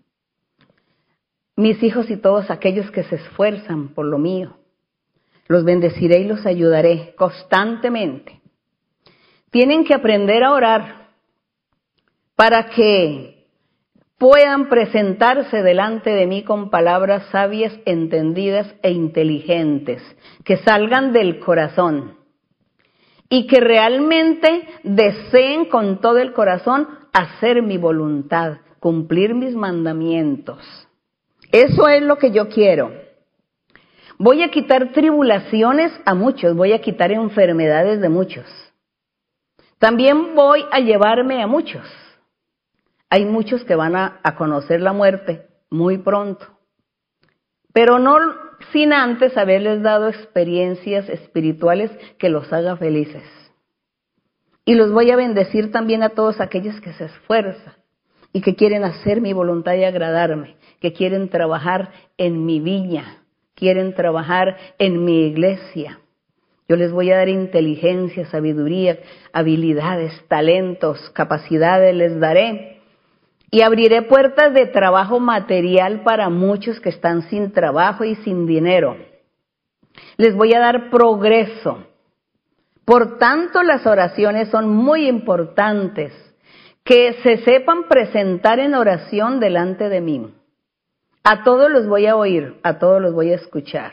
Mis hijos y todos aquellos que se esfuerzan por lo mío, los bendeciré y los ayudaré constantemente. Tienen que aprender a orar para que puedan presentarse delante de mí con palabras sabias, entendidas e inteligentes, que salgan del corazón y que realmente deseen con todo el corazón hacer mi voluntad, cumplir mis mandamientos. Eso es lo que yo quiero. Voy a quitar tribulaciones a muchos, voy a quitar enfermedades de muchos. También voy a llevarme a muchos. Hay muchos que van a conocer la muerte muy pronto, pero no sin antes haberles dado experiencias espirituales que los haga felices. Y los voy a bendecir también a todos aquellos que se esfuerzan y que quieren hacer mi voluntad y agradarme, que quieren trabajar en mi viña, quieren trabajar en mi iglesia. Yo les voy a dar inteligencia, sabiduría, habilidades, talentos, capacidades, les daré. Y abriré puertas de trabajo material para muchos que están sin trabajo y sin dinero. Les voy a dar progreso. Por tanto, las oraciones son muy importantes. Que se sepan presentar en oración delante de mí. A todos los voy a oír, a todos los voy a escuchar.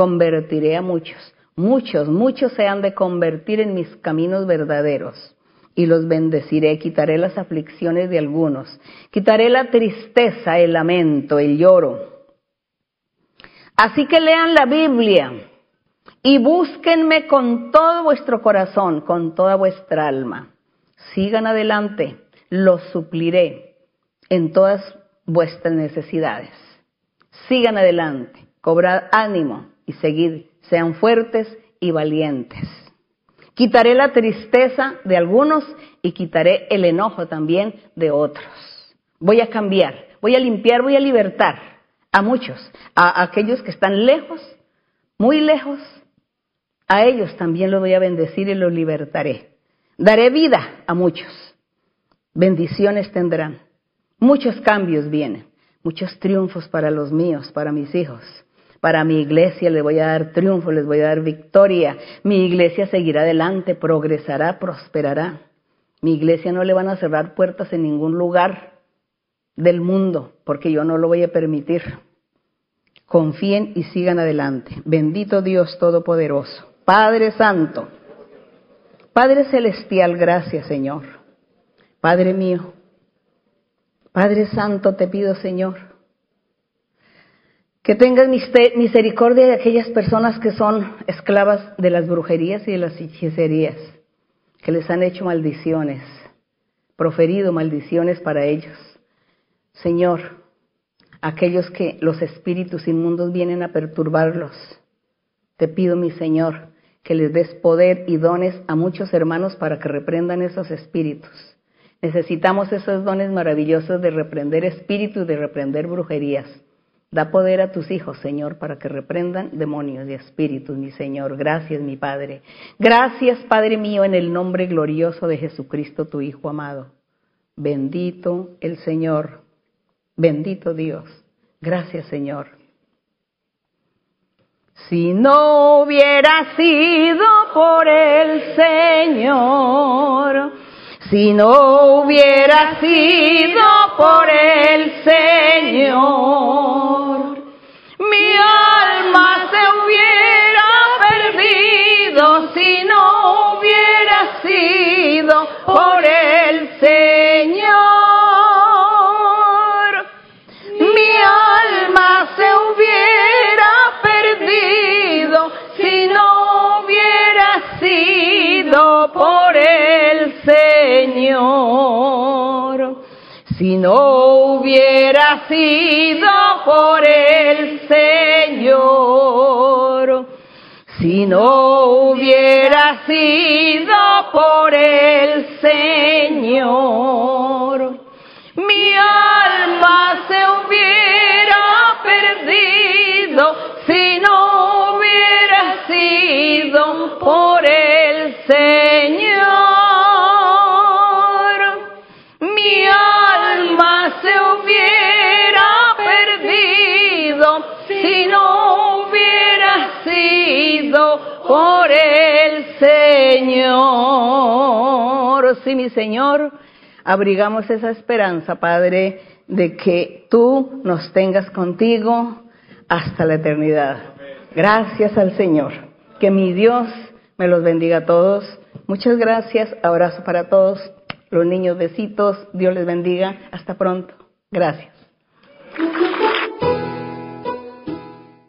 Convertiré a muchos. Muchos se han de convertir en mis caminos verdaderos. y los bendeciré, quitaré las aflicciones de algunos, quitaré la tristeza, el lamento, el lloro. Así que lean la Biblia y búsquenme con todo vuestro corazón, con toda vuestra alma. Sigan adelante, los supliré en todas vuestras necesidades. Sigan adelante, cobrad ánimo y seguid, sean fuertes y valientes. Quitaré la tristeza de algunos y quitaré el enojo también de otros. Voy a cambiar, voy a limpiar, voy a libertar a muchos, a aquellos que están lejos, muy lejos. A ellos también los voy a bendecir y los libertaré. Daré vida a muchos. Bendiciones tendrán. Muchos cambios vienen. Muchos triunfos para los míos, para mis hijos. Para mi iglesia les voy a dar triunfo, les voy a dar victoria. Mi iglesia seguirá adelante, progresará, prosperará. Mi iglesia no le van a cerrar puertas en ningún lugar del mundo, porque yo no lo voy a permitir. Confíen y sigan adelante. Bendito Dios Todopoderoso. Padre Santo, Padre Celestial, gracias, Señor. Padre mío, Padre Santo, te pido, Señor, que tengas misericordia de aquellas personas que son esclavas de las brujerías y de las hechicerías, que les han hecho maldiciones, proferido maldiciones para ellos. Señor, aquellos que los espíritus inmundos vienen a perturbarlos, te pido, mi Señor, que les des poder y dones a muchos hermanos para que reprendan esos espíritus. Necesitamos esos dones maravillosos de reprender espíritus, de reprender brujerías. Da poder a tus hijos, Señor, para que reprendan demonios y espíritus, mi Señor. Gracias, mi Padre. Gracias, Padre mío, en el nombre glorioso de Jesucristo, tu Hijo amado. Bendito el Señor. Bendito Dios. Gracias, Señor. Si no hubiera sido por el Señor, si no hubiera sido por el Señor, mi alma se hubiera perdido. Si no hubiera sido por el Señor, mi alma se hubiera perdido. Si no hubiera sido por el Señor, si no hubiera sido por el Señor, si no hubiera sido por el Señor, mi alma se hubiera perdido. Si no hubiera sido por el Señor, mi alma se hubiera perdido. Si no hubiera sido por el Señor. Sí, mi Señor, abrigamos esa esperanza, Padre, de que tú nos tengas contigo hasta la eternidad. Gracias al Señor. Que mi Dios me los bendiga a todos. Muchas gracias. Abrazo para todos. Los niños, besitos. Dios les bendiga. Hasta pronto. Gracias.